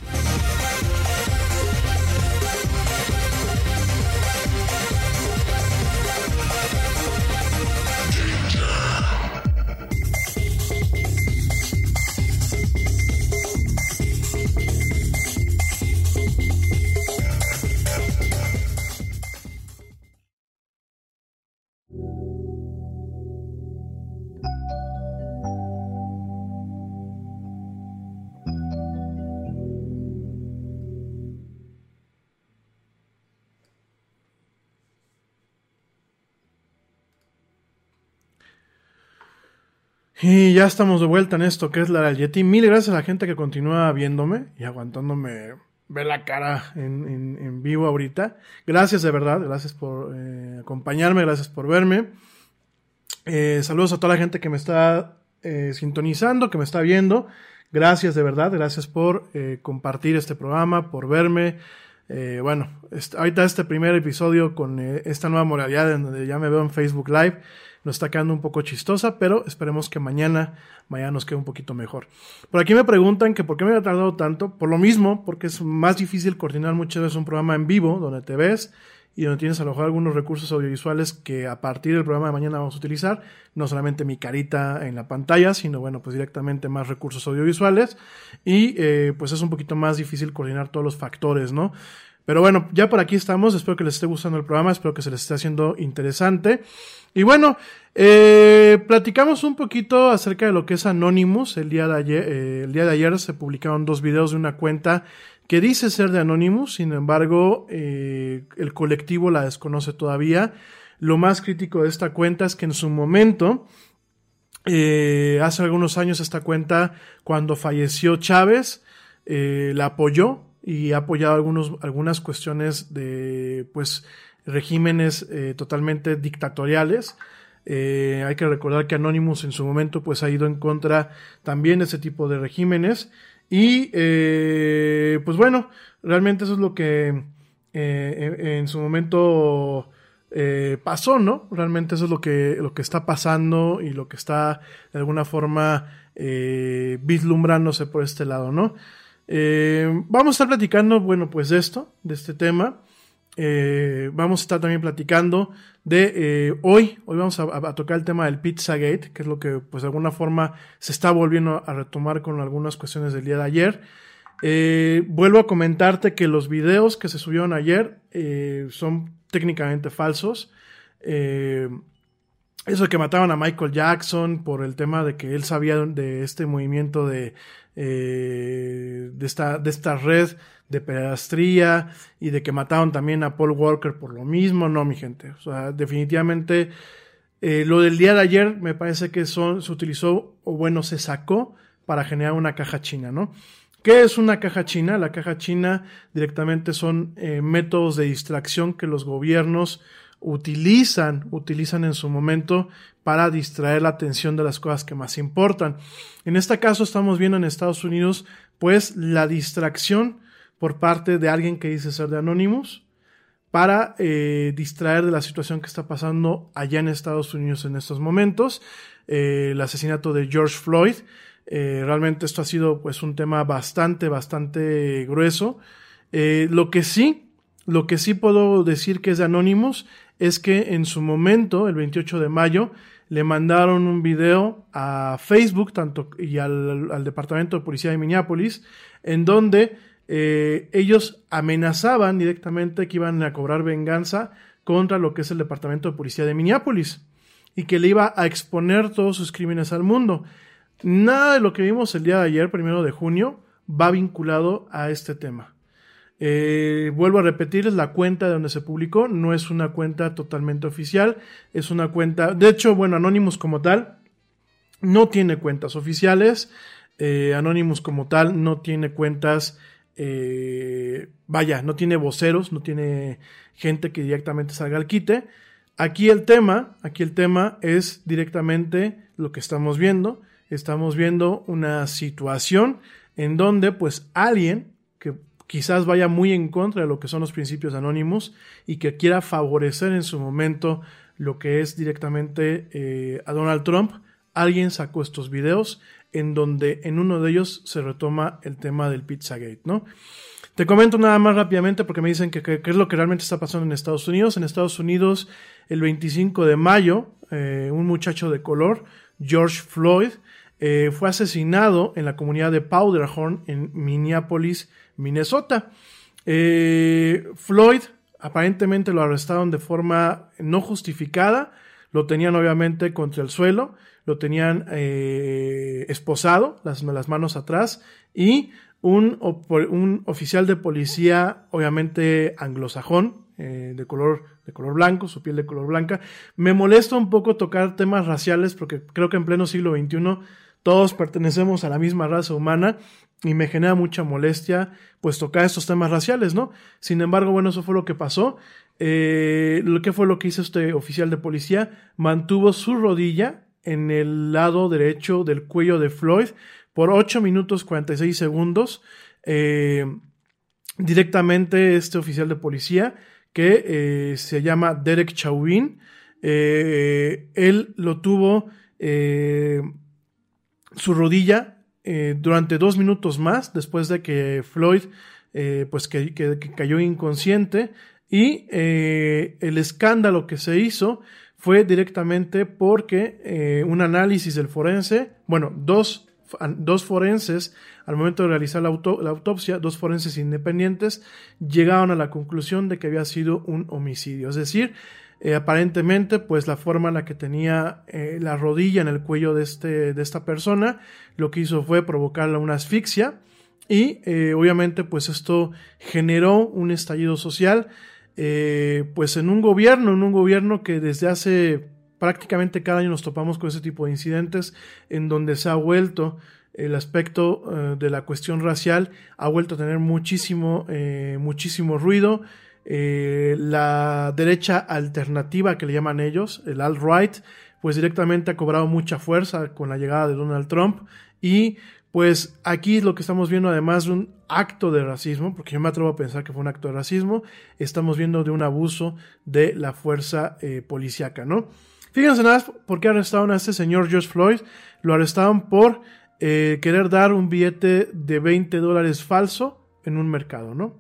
Y ya estamos de vuelta en esto que es La Era del Yeti. Mil gracias a la gente que continúa viéndome y aguantándome ver la cara en vivo ahorita. Gracias de verdad, gracias por acompañarme, gracias por verme. Saludos a toda la gente que me está sintonizando, que me está viendo. Gracias de verdad, gracias por compartir este programa, por verme. Bueno, ahorita este primer episodio con esta nueva modalidad en donde ya me veo en Facebook Live nos está quedando un poco chistosa, pero esperemos que mañana nos quede un poquito mejor. Por aquí me preguntan que por qué me había tardado tanto. Por lo mismo, porque es más difícil coordinar muchas veces un programa en vivo donde te ves y donde tienes a lo mejor algunos recursos audiovisuales que a partir del programa de mañana vamos a utilizar, no solamente mi carita en la pantalla, sino bueno, pues directamente más recursos audiovisuales y pues es un poquito más difícil coordinar todos los factores, ¿no? Pero bueno, ya por aquí estamos, espero que les esté gustando el programa, espero que se les esté haciendo interesante. Y bueno, platicamos un poquito acerca de lo que es Anonymous. El día de ayer se publicaron 2 videos de una cuenta que dice ser de Anonymous, sin embargo, el colectivo la desconoce todavía. Lo más crítico de esta cuenta es que en su momento Hace algunos años esta cuenta, cuando falleció Chávez, la apoyó y ha apoyado algunas cuestiones de pues regímenes totalmente dictatoriales. Hay que recordar que Anonymous en su momento pues ha ido en contra también de ese tipo de regímenes y pues bueno, realmente eso es lo que en su momento pasó, ¿no? Realmente eso es lo que está pasando y lo que está de alguna forma vislumbrándose por este lado, ¿no? Vamos a estar platicando, bueno, pues de este tema. Vamos a estar también platicando de hoy vamos a tocar el tema del Pizzagate, que es lo que pues de alguna forma se está volviendo a retomar con algunas cuestiones del día de ayer. Vuelvo a comentarte que los videos que se subieron ayer son técnicamente falsos. Eso de que mataban a Michael Jackson por el tema de que él sabía de este movimiento de esta red de pederastía y de que mataron también a Paul Walker por lo mismo, no, mi gente. O sea, definitivamente lo del día de ayer me parece que se utilizó, o bueno, se sacó para generar una caja china, ¿no? ¿Qué es una caja china? La caja china directamente son métodos de distracción que los gobiernos utilizan en su momento para distraer la atención de las cosas que más importan. En este caso estamos viendo en Estados Unidos pues la distracción por parte de alguien que dice ser de Anonymous para distraer de la situación que está pasando allá en Estados Unidos en estos momentos, el asesinato de George Floyd. Realmente esto ha sido pues un tema bastante grueso. Lo que sí puedo decir que es de Anonymous es que en su momento, el 28 de mayo, le mandaron un video a Facebook y al Departamento de Policía de Minneapolis, en donde ellos amenazaban directamente que iban a cobrar venganza contra lo que es el Departamento de Policía de Minneapolis y que le iba a exponer todos sus crímenes al mundo. Nada de lo que vimos el día de ayer, 1 de junio, va vinculado a este tema. Vuelvo a repetir, es la cuenta de donde se publicó, no es una cuenta totalmente oficial, es una cuenta, de hecho, bueno, Anonymous como tal no tiene cuentas oficiales, Anonymous como tal no tiene cuentas, no tiene voceros, no tiene gente que directamente salga al quite. Aquí el tema es directamente lo que estamos viendo una situación en donde pues alguien que quizás vaya muy en contra de lo que son los principios de Anonymous y que quiera favorecer en su momento lo que es directamente a Donald Trump, alguien sacó estos videos en donde en uno de ellos se retoma el tema del Pizzagate, ¿no? Te comento nada más rápidamente porque me dicen que es lo que realmente está pasando en Estados Unidos. En Estados Unidos, el 25 de mayo, un muchacho de color, George Floyd, fue asesinado en la comunidad de Powderhorn en Minneapolis, Minnesota. Floyd aparentemente lo arrestaron de forma no justificada, lo tenían obviamente contra el suelo, lo tenían esposado, las manos atrás, y un oficial de policía obviamente anglosajón, de color blanco, su piel de color blanca. Me molesta un poco tocar temas raciales porque creo que en pleno siglo XXI todos pertenecemos a la misma raza humana y me genera mucha molestia pues tocar estos temas raciales, ¿no? Sin embargo, bueno, eso fue lo que pasó. ¿Qué fue lo que hizo este oficial de policía? Mantuvo su rodilla en el lado derecho del cuello de Floyd por 8 minutos 46 segundos. Directamente este oficial de policía que se llama Derek Chauvin, él lo tuvo su rodilla durante 2 minutos más después de que Floyd pues que cayó inconsciente, y el escándalo que se hizo fue directamente porque un análisis del forense, bueno, dos forenses al momento de realizar la autopsia, 2 forenses independientes llegaron a la conclusión de que había sido un homicidio, es decir, aparentemente pues la forma en la que tenía la rodilla en el cuello de esta persona, lo que hizo fue provocarle una asfixia y obviamente pues esto generó un estallido social pues en un gobierno que desde hace prácticamente cada año nos topamos con ese tipo de incidentes en donde se ha vuelto el aspecto de la cuestión racial, ha vuelto a tener muchísimo ruido. La derecha alternativa, que le llaman ellos, el alt-right, pues directamente ha cobrado mucha fuerza con la llegada de Donald Trump, y pues aquí lo que estamos viendo, además de un acto de racismo, porque yo me atrevo a pensar que fue un acto de racismo, estamos viendo de un abuso de la fuerza policíaca, ¿no? Fíjense nada más por qué arrestaron a este señor George Floyd. Lo arrestaron por querer dar un billete de $20 falso en un mercado, ¿no?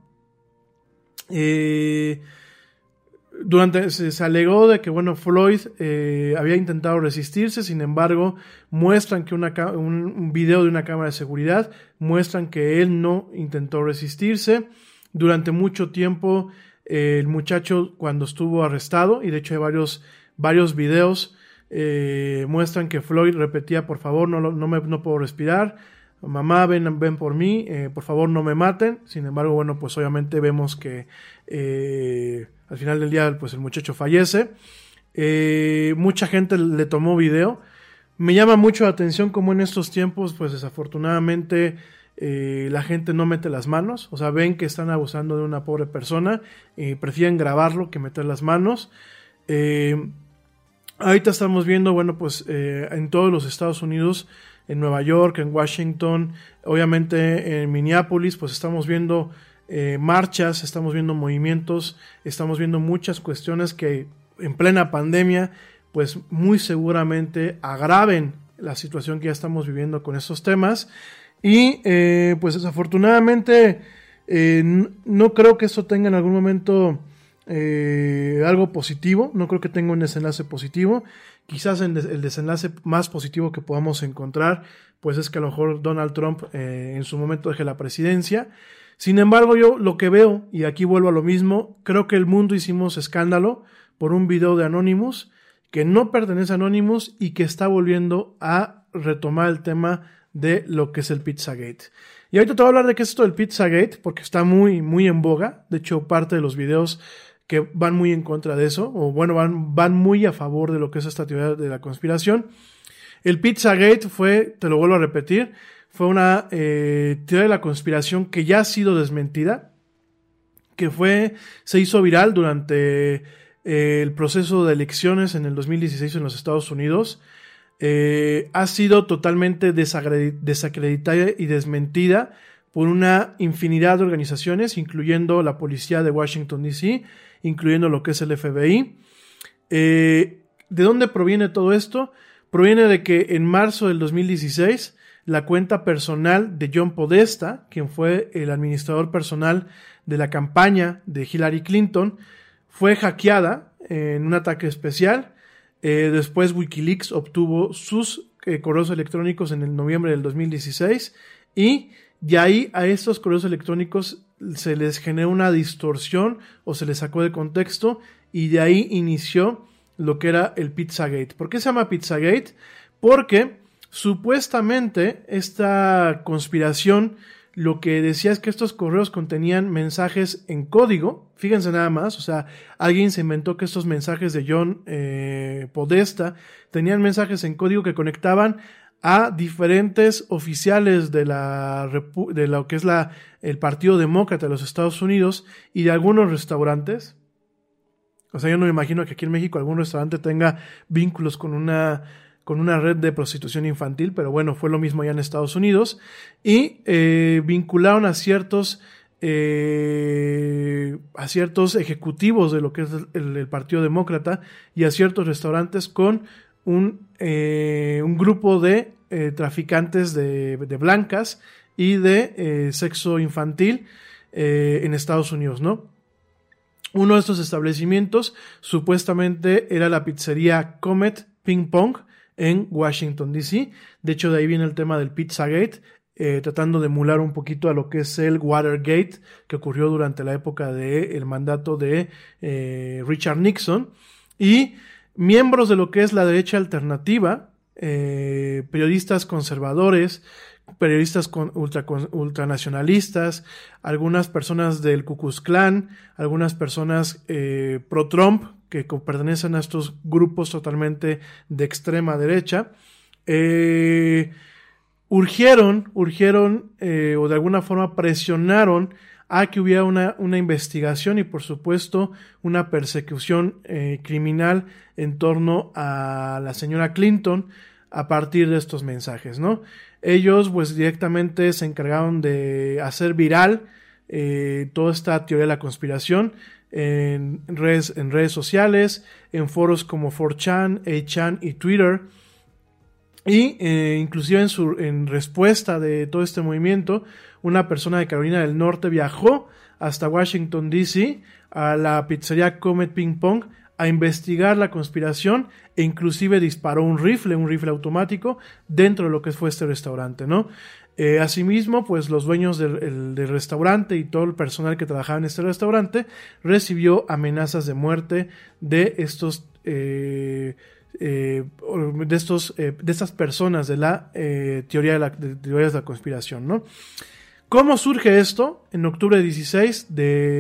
Se alegó de que, bueno, Floyd había intentado resistirse. Sin embargo, muestran que un video de una cámara de seguridad muestran que él no intentó resistirse. Durante mucho tiempo el muchacho, cuando estuvo arrestado, y de hecho hay varios videos, muestran que Floyd repetía: por favor, no puedo respirar, mamá, ven por mí, por favor no me maten. Sin embargo, bueno, pues obviamente vemos que al final del día, pues el muchacho fallece. Mucha gente le tomó video. Me llama mucho la atención cómo en estos tiempos, pues desafortunadamente, la gente no mete las manos. O sea, ven que están abusando de una pobre persona y prefieren grabarlo que meter las manos. Ahorita estamos viendo, bueno, pues en todos los Estados Unidos, en Nueva York, en Washington, obviamente en Minneapolis, pues estamos viendo marchas, estamos viendo movimientos, estamos viendo muchas cuestiones que en plena pandemia, pues muy seguramente agraven la situación que ya estamos viviendo con estos temas. Y pues desafortunadamente no creo que eso tenga en algún momento algo positivo. No creo que tenga un desenlace positivo. Quizás el desenlace más positivo que podamos encontrar, pues es que a lo mejor Donald Trump en su momento deje la presidencia. Sin embargo, yo lo que veo, y aquí vuelvo a lo mismo, creo que el mundo hicimos escándalo por un video de Anonymous que no pertenece a Anonymous y que está volviendo a retomar el tema de lo que es el Pizzagate. Y ahorita te voy a hablar de qué es esto del Pizzagate, porque está muy, muy en boga. De hecho, parte de los videos que van muy en contra de eso, o bueno, van muy a favor de lo que es esta teoría de la conspiración. El Pizzagate fue, te lo vuelvo a repetir, fue una teoría de la conspiración que ya ha sido desmentida, que se hizo viral durante el proceso de elecciones en el 2016 en los Estados Unidos. Ha sido totalmente desacreditada y desmentida por una infinidad de organizaciones, incluyendo la policía de Washington, D.C., incluyendo lo que es el FBI. ¿De dónde proviene todo esto? Proviene de que en marzo del 2016, la cuenta personal de John Podesta, quien fue el administrador personal de la campaña de Hillary Clinton, fue hackeada en un ataque especial. Después Wikileaks obtuvo sus correos electrónicos en el noviembre del 2016 y de ahí a estos correos electrónicos se les generó una distorsión o se les sacó de contexto y de ahí inició lo que era el Pizzagate. ¿Por qué se llama Pizzagate? Porque supuestamente esta conspiración lo que decía es que estos correos contenían mensajes en código. Fíjense nada más, o sea, alguien se inventó que estos mensajes de John Podesta tenían mensajes en código que conectaban a diferentes oficiales de lo que es el Partido Demócrata de los Estados Unidos y de algunos restaurantes. O sea, yo no me imagino que aquí en México algún restaurante tenga vínculos con una red de prostitución infantil, pero bueno, fue lo mismo allá en Estados Unidos, y vincularon a ciertos ejecutivos de lo que es el Partido Demócrata y a ciertos restaurantes con un grupo de traficantes de blancas y de sexo infantil en Estados Unidos, ¿no? Uno de estos establecimientos supuestamente era la pizzería Comet Ping Pong en Washington, D.C. De hecho, de ahí viene el tema del Pizzagate, tratando de emular un poquito a lo que es el Watergate, que ocurrió durante la época del mandato de Richard Nixon. Y miembros de lo que es la derecha alternativa, periodistas conservadores, periodistas ultranacionalistas, algunas personas del Ku Klux Klan, algunas personas pro-Trump, que pertenecen a estos grupos totalmente de extrema derecha, urgieron o de alguna forma presionaron a que hubiera una investigación y por supuesto una persecución criminal en torno a la señora Clinton a partir de estos mensajes, ¿no? Ellos pues directamente se encargaron de hacer viral toda esta teoría de la conspiración en redes sociales, en foros como 4chan, 8chan y Twitter. Y inclusive en respuesta de todo este movimiento, una persona de Carolina del Norte viajó hasta Washington D.C. a la pizzería Comet Ping Pong a investigar la conspiración e inclusive disparó un rifle automático dentro de lo que fue este restaurante, ¿no? Asimismo, pues los dueños del restaurante y todo el personal que trabajaba en este restaurante recibió amenazas de muerte de estas personas de la teorías de la conspiración, ¿no? ¿Cómo surge esto? En octubre 30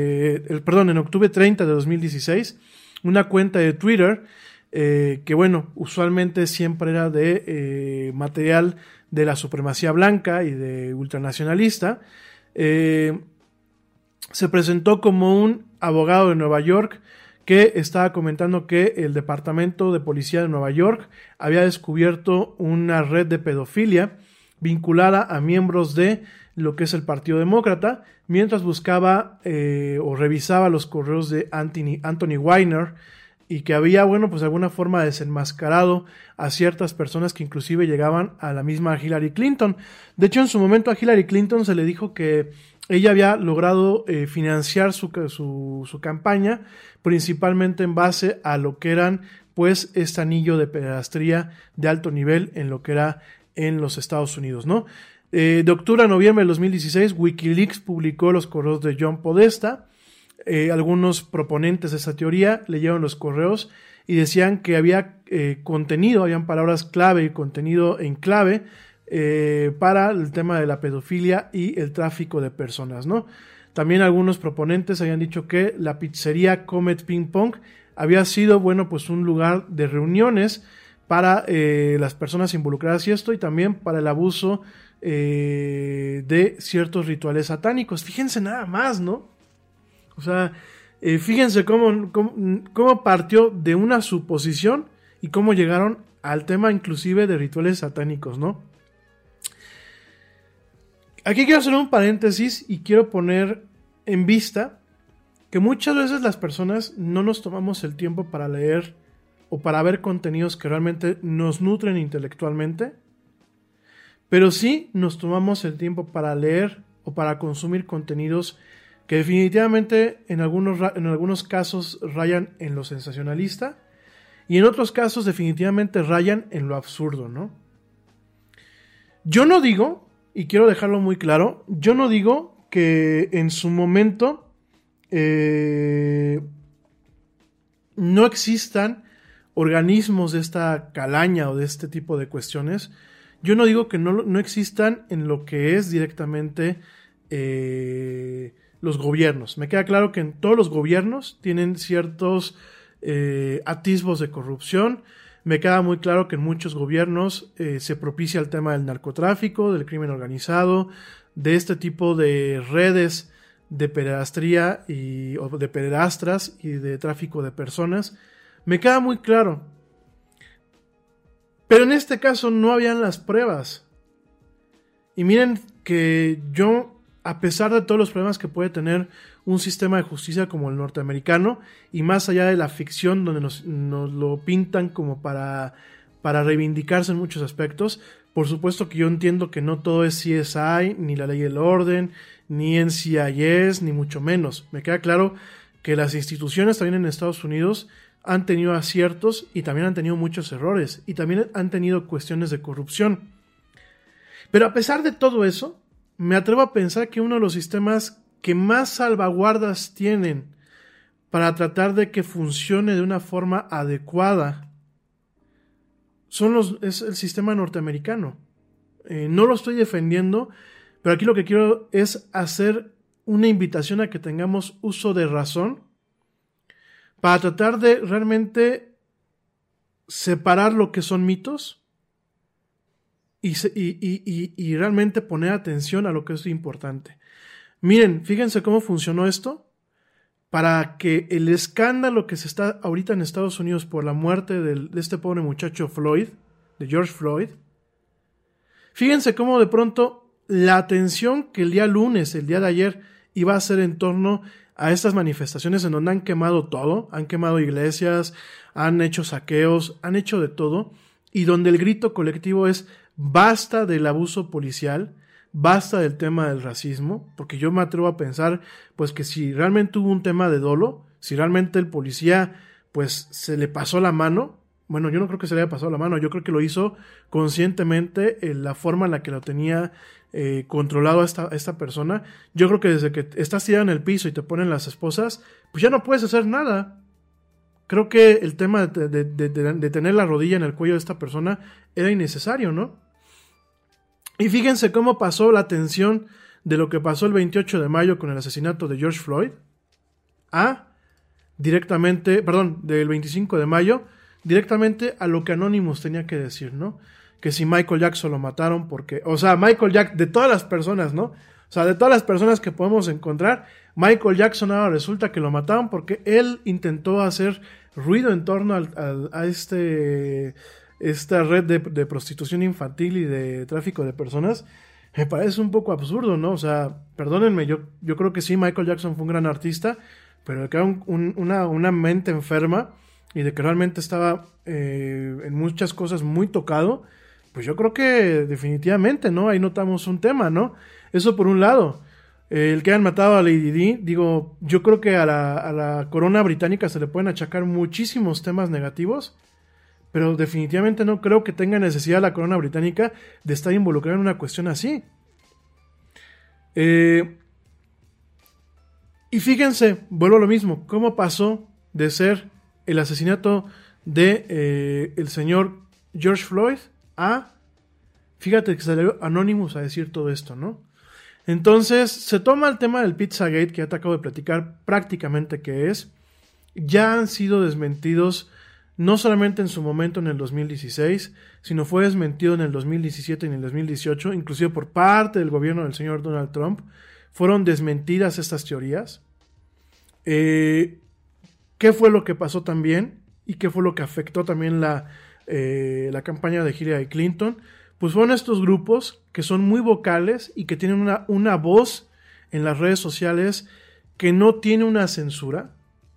de 2016, una cuenta de Twitter que bueno, usualmente siempre era de material de la supremacía blanca y de ultranacionalista, se presentó como un abogado de Nueva York que estaba comentando que el Departamento de Policía de Nueva York había descubierto una red de pedofilia vinculada a miembros de lo que es el Partido Demócrata, mientras buscaba o revisaba los correos de Anthony Weiner, y que había, bueno, pues de alguna forma desenmascarado a ciertas personas que inclusive llegaban a la misma Hillary Clinton. De hecho, en su momento a Hillary Clinton se le dijo que ella había logrado financiar su campaña, principalmente en base a lo que eran, pues, este anillo de pederastría de alto nivel en lo que era en los Estados Unidos, ¿no? De octubre a noviembre de 2016, Wikileaks publicó los correos de John Podesta. Algunos proponentes de esa teoría leyeron los correos y decían que había habían palabras clave y contenido en clave para el tema de la pedofilia y el tráfico de personas, ¿no? También algunos proponentes habían dicho que la pizzería Comet Ping Pong había sido, bueno, pues un lugar de reuniones para las personas involucradas y esto, y también para el abuso de ciertos rituales satánicos. Fíjense nada más, ¿no? O sea, fíjense cómo partió de una suposición y cómo llegaron al tema inclusive de rituales satánicos, ¿no? Aquí quiero hacer un paréntesis y quiero poner en vista que muchas veces las personas no nos tomamos el tiempo para leer o para ver contenidos que realmente nos nutren intelectualmente, pero sí nos tomamos el tiempo para leer o para consumir contenidos que definitivamente en algunos casos rayan en lo sensacionalista y en otros casos definitivamente rayan en lo absurdo, ¿no? Yo no digo, y quiero dejarlo muy claro, yo no digo que en su momento no existan organismos de esta calaña o de este tipo de cuestiones. Yo no digo que no existan en lo que es directamente los gobiernos. Me queda claro que en todos los gobiernos tienen ciertos atisbos de corrupción. Me queda muy claro que en muchos gobiernos se propicia el tema del narcotráfico, del crimen organizado, de este tipo de redes de pederastría o de pederastras y de tráfico de personas. Me queda muy claro. Pero en este caso no habían las pruebas. Y miren que yo, a pesar de todos los problemas que puede tener un sistema de justicia como el norteamericano, y más allá de la ficción donde nos lo pintan como para reivindicarse en muchos aspectos, por supuesto que yo entiendo que no todo es CSI, ni la ley del orden, ni NCIS, ni mucho menos. Me queda claro que las instituciones también en Estados Unidos han tenido aciertos y también han tenido muchos errores, y también han tenido cuestiones de corrupción. Pero a pesar de todo eso, me atrevo a pensar que uno de los sistemas que más salvaguardas tienen para tratar de que funcione de una forma adecuada es el sistema norteamericano. No lo estoy defendiendo, pero aquí lo que quiero es hacer una invitación a que tengamos uso de razón para tratar de realmente separar lo que son mitos y realmente poner atención a lo que es importante. Miren, fíjense cómo funcionó esto para que el escándalo que se está ahorita en Estados Unidos por la muerte de este pobre muchacho Floyd, de George Floyd, fíjense cómo de pronto la atención que el día lunes, el día de ayer, iba a ser en torno a estas manifestaciones en donde han quemado todo, han quemado iglesias, han hecho saqueos, han hecho de todo, y donde el grito colectivo es basta del abuso policial, basta del tema del racismo, porque yo me atrevo a pensar pues que si realmente hubo un tema de dolo, si realmente el policía pues se le pasó la mano, bueno, yo no creo que se le haya pasado la mano, yo creo que lo hizo conscientemente en la forma en la que lo tenía controlado a esta persona. Yo creo que desde que estás tirado en el piso y te ponen las esposas, pues ya no puedes hacer nada. Creo que el tema de tener la rodilla en el cuello de esta persona era innecesario, ¿no? Y fíjense cómo pasó la tensión de lo que pasó el 28 de mayo con el asesinato de George Floyd del 25 de mayo, directamente a lo que Anonymous tenía que decir, ¿no? Que si Michael Jackson lo mataron porque, o sea, Michael Jackson, de todas las personas, ¿no? O sea, de todas las personas que podemos encontrar, Michael Jackson ahora resulta que lo mataron porque él intentó hacer ruido en torno a esta red de prostitución infantil y de tráfico de personas. Me parece un poco absurdo, ¿no? O sea, perdónenme, yo creo que sí, Michael Jackson fue un gran artista, pero que era una mente enferma y de que realmente estaba en muchas cosas muy tocado, pues yo creo que definitivamente, ¿no? Ahí notamos un tema, ¿no? Eso por un lado. El que hayan matado a Lady Di, digo, yo creo que a la corona británica se le pueden achacar muchísimos temas negativos, pero definitivamente no creo que tenga necesidad la corona británica de estar involucrada en una cuestión así. Y fíjense, vuelvo a lo mismo, cómo pasó de ser el asesinato de el señor George Floyd fíjate que salió Anonymous a decir todo esto, ¿no? Entonces, se toma el tema del Pizzagate, que ya te acabo de platicar prácticamente qué es. Ya han sido desmentidos, no solamente en su momento en el 2016, sino fue desmentido en el 2017 y en el 2018, inclusive por parte del gobierno del señor Donald Trump. Fueron desmentidas estas teorías. ¿Qué fue lo que pasó también? ¿Y qué fue lo que afectó también la campaña de Hillary Clinton? Pues fueron estos grupos que son muy vocales y que tienen una voz en las redes sociales que no tiene una censura.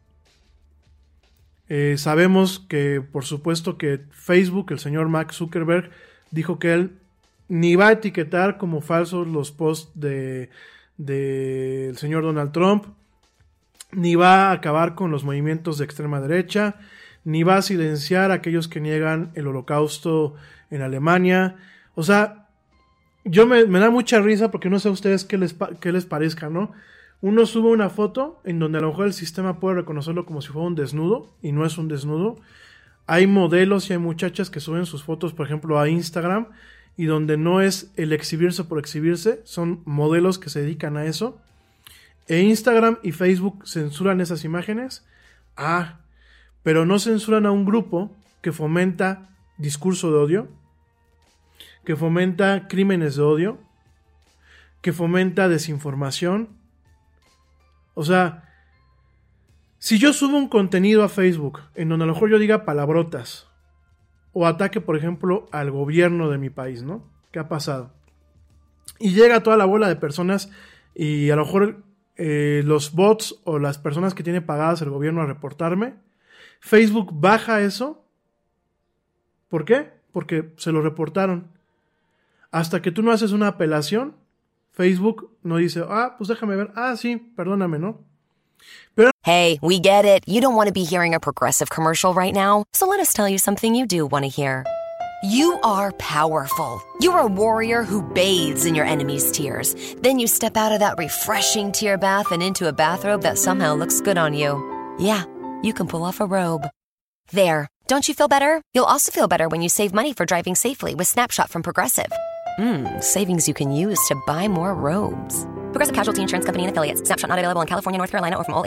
Sabemos que, por supuesto, que Facebook, el señor Mark Zuckerberg, dijo que él ni va a etiquetar como falsos los posts del señor Donald Trump, ni va a acabar con los movimientos de extrema derecha, ni va a silenciar a aquellos que niegan el holocausto en Alemania. O sea, me da mucha risa porque no sé a ustedes qué les parezca, ¿no? Uno sube una foto en donde a lo mejor el sistema puede reconocerlo como si fuera un desnudo, y no es un desnudo. Hay modelos y hay muchachas que suben sus fotos, por ejemplo, a Instagram, y donde no es el exhibirse por exhibirse, son modelos que se dedican a eso. E Instagram y Facebook censuran esas imágenes. Pero no censuran a un grupo que fomenta discurso de odio, que fomenta crímenes de odio, que fomenta desinformación. O sea, si yo subo un contenido a Facebook en donde a lo mejor yo diga palabrotas o ataque, por ejemplo, al gobierno de mi país, ¿no? ¿Qué ha pasado? Y llega toda la bola de personas y a lo mejor los bots o las personas que tiene pagadas el gobierno a reportarme, Facebook baja eso. ¿Por qué? Porque se lo reportaron. Hasta que tú no haces una apelación, Facebook no dice, pues déjame ver. Sí, perdóname, ¿no? Pero Hey, we get it. You don't want to be hearing a Progressive commercial right now. So let us tell you something you do want to hear. You are powerful. You're a warrior who bathes in your enemy's tears. Then you step out of that refreshing tear bath and into a bathrobe that somehow looks good on you. Yeah, you can pull off a robe. There. Don't you feel better? You'll also feel better when you save money for driving safely with Snapshot from Progressive. Savings you can use to buy more robes. Progressive Casualty Insurance Company and Affiliates. Snapshot not available in California, North Carolina, or from all agents.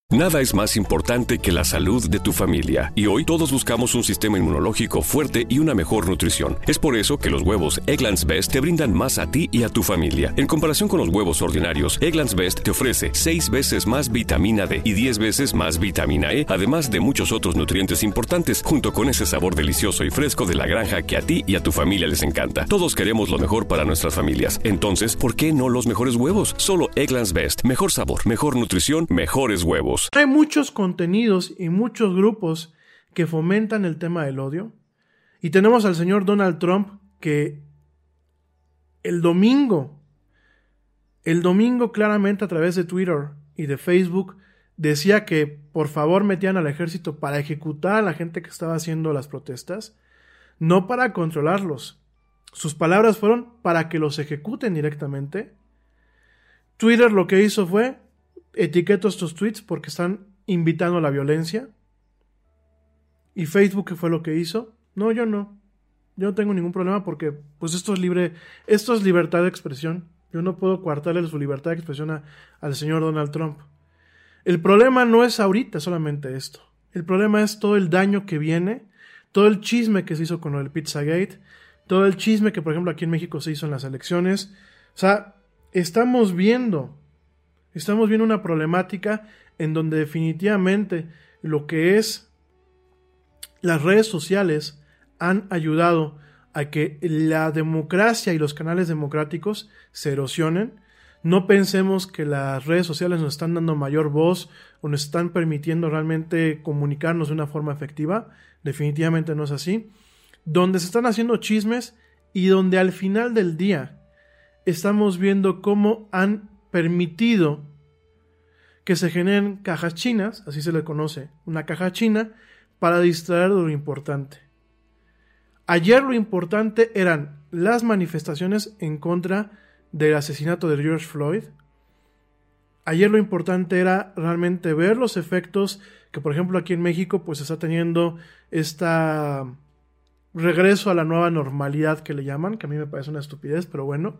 Nada es más importante que la salud de tu familia, y hoy todos buscamos un sistema inmunológico fuerte y una mejor nutrición. Es por eso que los huevos Eggland's Best te brindan más a ti y a tu familia. En comparación con los huevos ordinarios, Eggland's Best te ofrece 6 veces más vitamina D y 10 veces más vitamina E, además de muchos otros nutrientes importantes, junto con ese sabor delicioso y fresco de la granja que a ti y a tu familia les encanta. Todos queremos lo mejor para nuestras familias. Entonces, ¿por qué no los mejores huevos? Solo Eggland's Best. Mejor sabor, mejor nutrición, mejores huevos. Hay muchos contenidos y muchos grupos que fomentan el tema del odio. Y tenemos al señor Donald Trump que el domingo claramente a través de Twitter y de Facebook decía que por favor metían al ejército para ejecutar a la gente que estaba haciendo las protestas, no para controlarlos. Sus palabras fueron para que los ejecuten directamente. Twitter lo que hizo fue etiqueto estos tweets porque están invitando a la violencia. ¿Y Facebook qué fue lo que hizo? No, yo no tengo ningún problema porque pues esto es libertad de expresión. Yo no puedo coartarle su libertad de expresión al señor Donald Trump. El problema no es ahorita solamente esto. El problema es todo el daño que viene, todo el chisme que se hizo con el Pizzagate, todo el chisme que por ejemplo aquí en México se hizo en las elecciones. O sea, estamos viendo una problemática en donde definitivamente lo que es las redes sociales han ayudado a que la democracia y los canales democráticos se erosionen. No pensemos que las redes sociales nos están dando mayor voz o nos están permitiendo realmente comunicarnos de una forma efectiva. Definitivamente no es así. Donde se están haciendo chismes y donde al final del día estamos viendo cómo han permitido que se generen cajas chinas, así se le conoce, una caja china, para distraer de lo importante. Ayer lo importante eran las manifestaciones en contra del asesinato de George Floyd. Ayer lo importante era realmente ver los efectos que, por ejemplo, aquí en México pues está teniendo esta regreso a la nueva normalidad que le llaman, que a mí me parece una estupidez, pero bueno.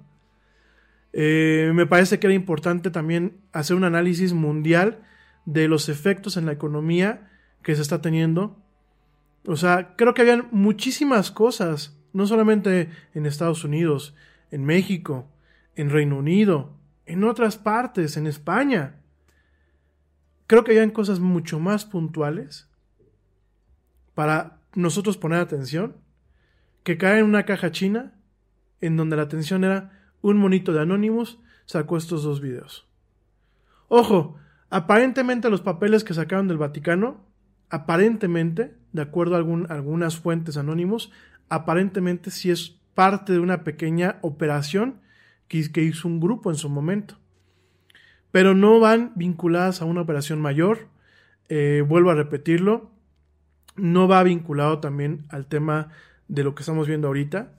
Me parece que era importante también hacer un análisis mundial de los efectos en la economía que se está teniendo. O sea, creo que habían muchísimas cosas, no solamente en Estados Unidos, en México, en Reino Unido, en otras partes, en España. Creo que habían cosas mucho más puntuales para nosotros poner atención que caer en una caja china en donde la atención era un monito de Anonymous sacó estos 2 videos. Ojo, aparentemente los papeles que sacaron del Vaticano, aparentemente, de acuerdo a algunas fuentes Anonymous, aparentemente sí es parte de una pequeña operación que hizo un grupo en su momento. Pero no van vinculadas a una operación mayor. Vuelvo a repetirlo, no va vinculado también al tema de lo que estamos viendo ahorita,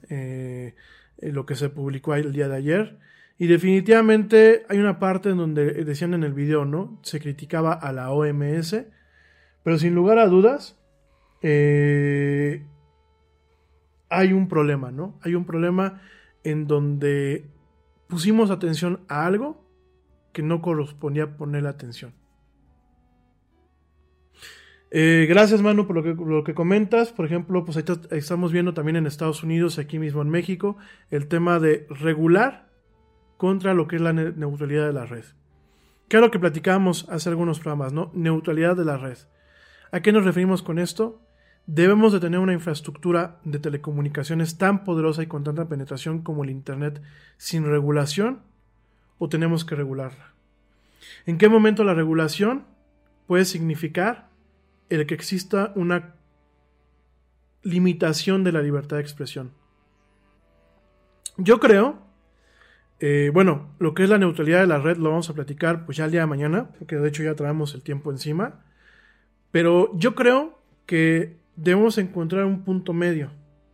lo que se publicó el día de ayer. Y definitivamente hay una parte en donde decían en el video, ¿no? Se criticaba a la OMS, pero sin lugar a dudas hay un problema, ¿no? Hay un problema en donde pusimos atención a algo que no correspondía ponerle atención. Gracias, Manu, por lo que comentas. Por ejemplo, pues ahí estamos viendo también en Estados Unidos, aquí mismo en México, el tema de regular contra lo que es la neutralidad de la red. ¿Qué es lo que platicábamos hace algunos programas, no? Neutralidad de la red. ¿A qué nos referimos con esto? Debemos de tener una infraestructura de telecomunicaciones tan poderosa y con tanta penetración como el Internet sin regulación, o tenemos que regularla. ¿En qué momento la regulación puede significar el que exista una limitación de la libertad de expresión? Yo creo, lo que es la neutralidad de la red lo vamos a platicar pues ya el día de mañana, porque de hecho ya traemos el tiempo encima, pero yo creo que debemos encontrar un punto medio.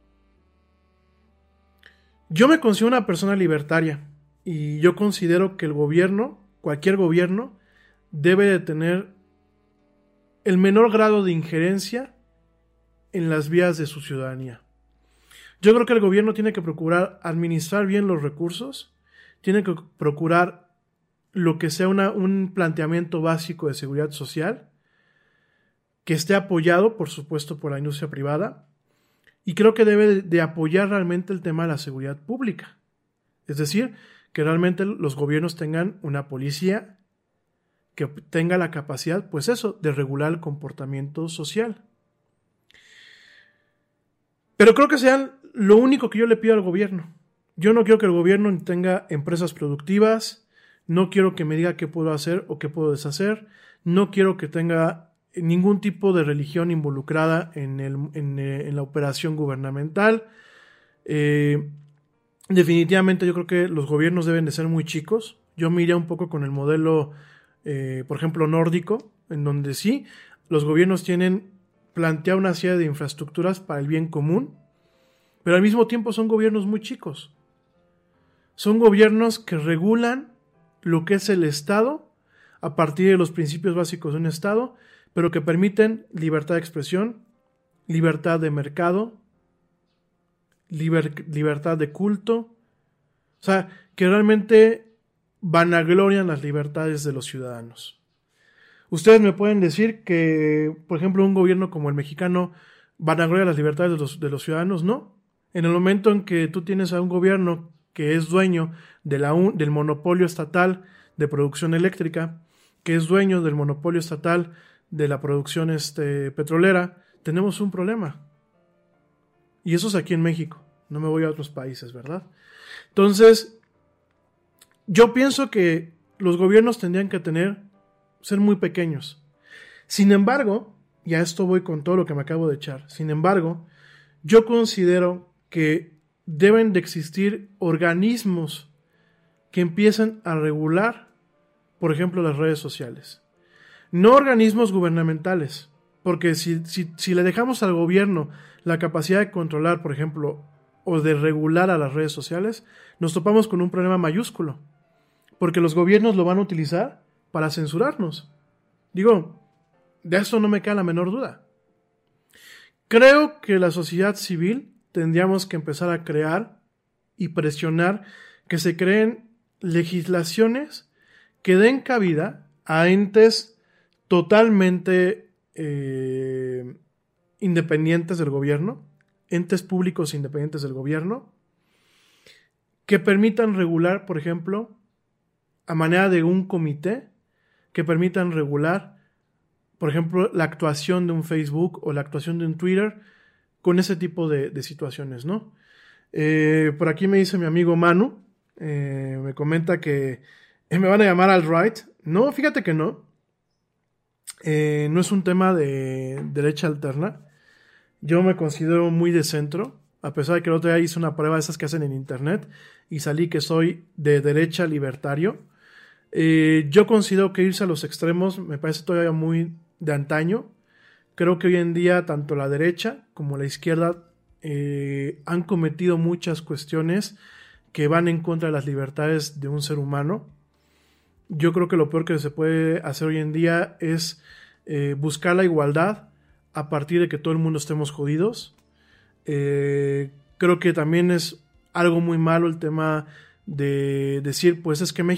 Yo me considero una persona libertaria y yo considero que el gobierno, cualquier gobierno, debe de tener el menor grado de injerencia en las vías de su ciudadanía. Yo creo que el gobierno tiene que procurar administrar bien los recursos, tiene que procurar lo que sea un planteamiento básico de seguridad social, que esté apoyado, por supuesto, por la industria privada, y creo que debe de apoyar realmente el tema de la seguridad pública. Es decir, que realmente los gobiernos tengan una policía que tenga la capacidad, pues eso, de regular el comportamiento social. Pero creo que sea lo único que yo le pido al gobierno. Yo no quiero que el gobierno tenga empresas productivas, no quiero que me diga qué puedo hacer o qué puedo deshacer, no quiero que tenga ningún tipo de religión involucrada en la operación gubernamental. Definitivamente yo creo que los gobiernos deben de ser muy chicos. Yo me iría un poco con el modelo, por ejemplo, nórdico, en donde sí, los gobiernos tienen planteado una serie de infraestructuras para el bien común, pero al mismo tiempo son gobiernos muy chicos. Son gobiernos que regulan lo que es el Estado a partir de los principios básicos de un Estado, pero que permiten libertad de expresión, libertad de mercado, libertad de culto, o sea, que realmente vanaglorian las libertades de los ciudadanos. Ustedes me pueden decir que, por ejemplo, un gobierno como el mexicano vanagloria las libertades de los ciudadanos. No. En el momento en que tú tienes a un gobierno que es dueño del monopolio estatal de producción eléctrica, que es dueño del monopolio estatal de la producción petrolera, tenemos un problema. Y eso es aquí en México. No me voy a otros países, ¿verdad? Entonces, yo pienso que los gobiernos tendrían que ser muy pequeños. Sin embargo, y a esto voy con todo lo que me acabo de echar, sin embargo, yo considero que deben de existir organismos que empiecen a regular, por ejemplo, las redes sociales. No organismos gubernamentales, porque si le dejamos al gobierno la capacidad de controlar, por ejemplo, o de regular a las redes sociales, nos topamos con un problema mayúsculo, porque los gobiernos lo van a utilizar para censurarnos. Digo, de eso no me queda la menor duda. Creo que la sociedad civil tendríamos que empezar a crear y presionar que se creen legislaciones que den cabida a entes totalmente independientes del gobierno, entes públicos independientes del gobierno, que permitan regular, por ejemplo, a manera de un comité, que permitan regular, por ejemplo, la actuación de un Facebook o la actuación de un Twitter con ese tipo de situaciones, ¿no? Por aquí me dice mi amigo Manu, me comenta que me van a llamar alt-right. No, fíjate que no. No es un tema de derecha alterna. Yo me considero muy de centro, a pesar de que el otro día hice una prueba de esas que hacen en internet y salí que soy de derecha libertario. Yo considero que irse a los extremos me parece todavía muy de antaño. Creo que hoy en día tanto la derecha como la izquierda han cometido muchas cuestiones que van en contra de las libertades de un ser humano. Yo creo que lo peor que se puede hacer hoy en día es buscar la igualdad a partir de que todo el mundo estemos jodidos. Creo que también es algo muy malo el tema de decir, pues es que México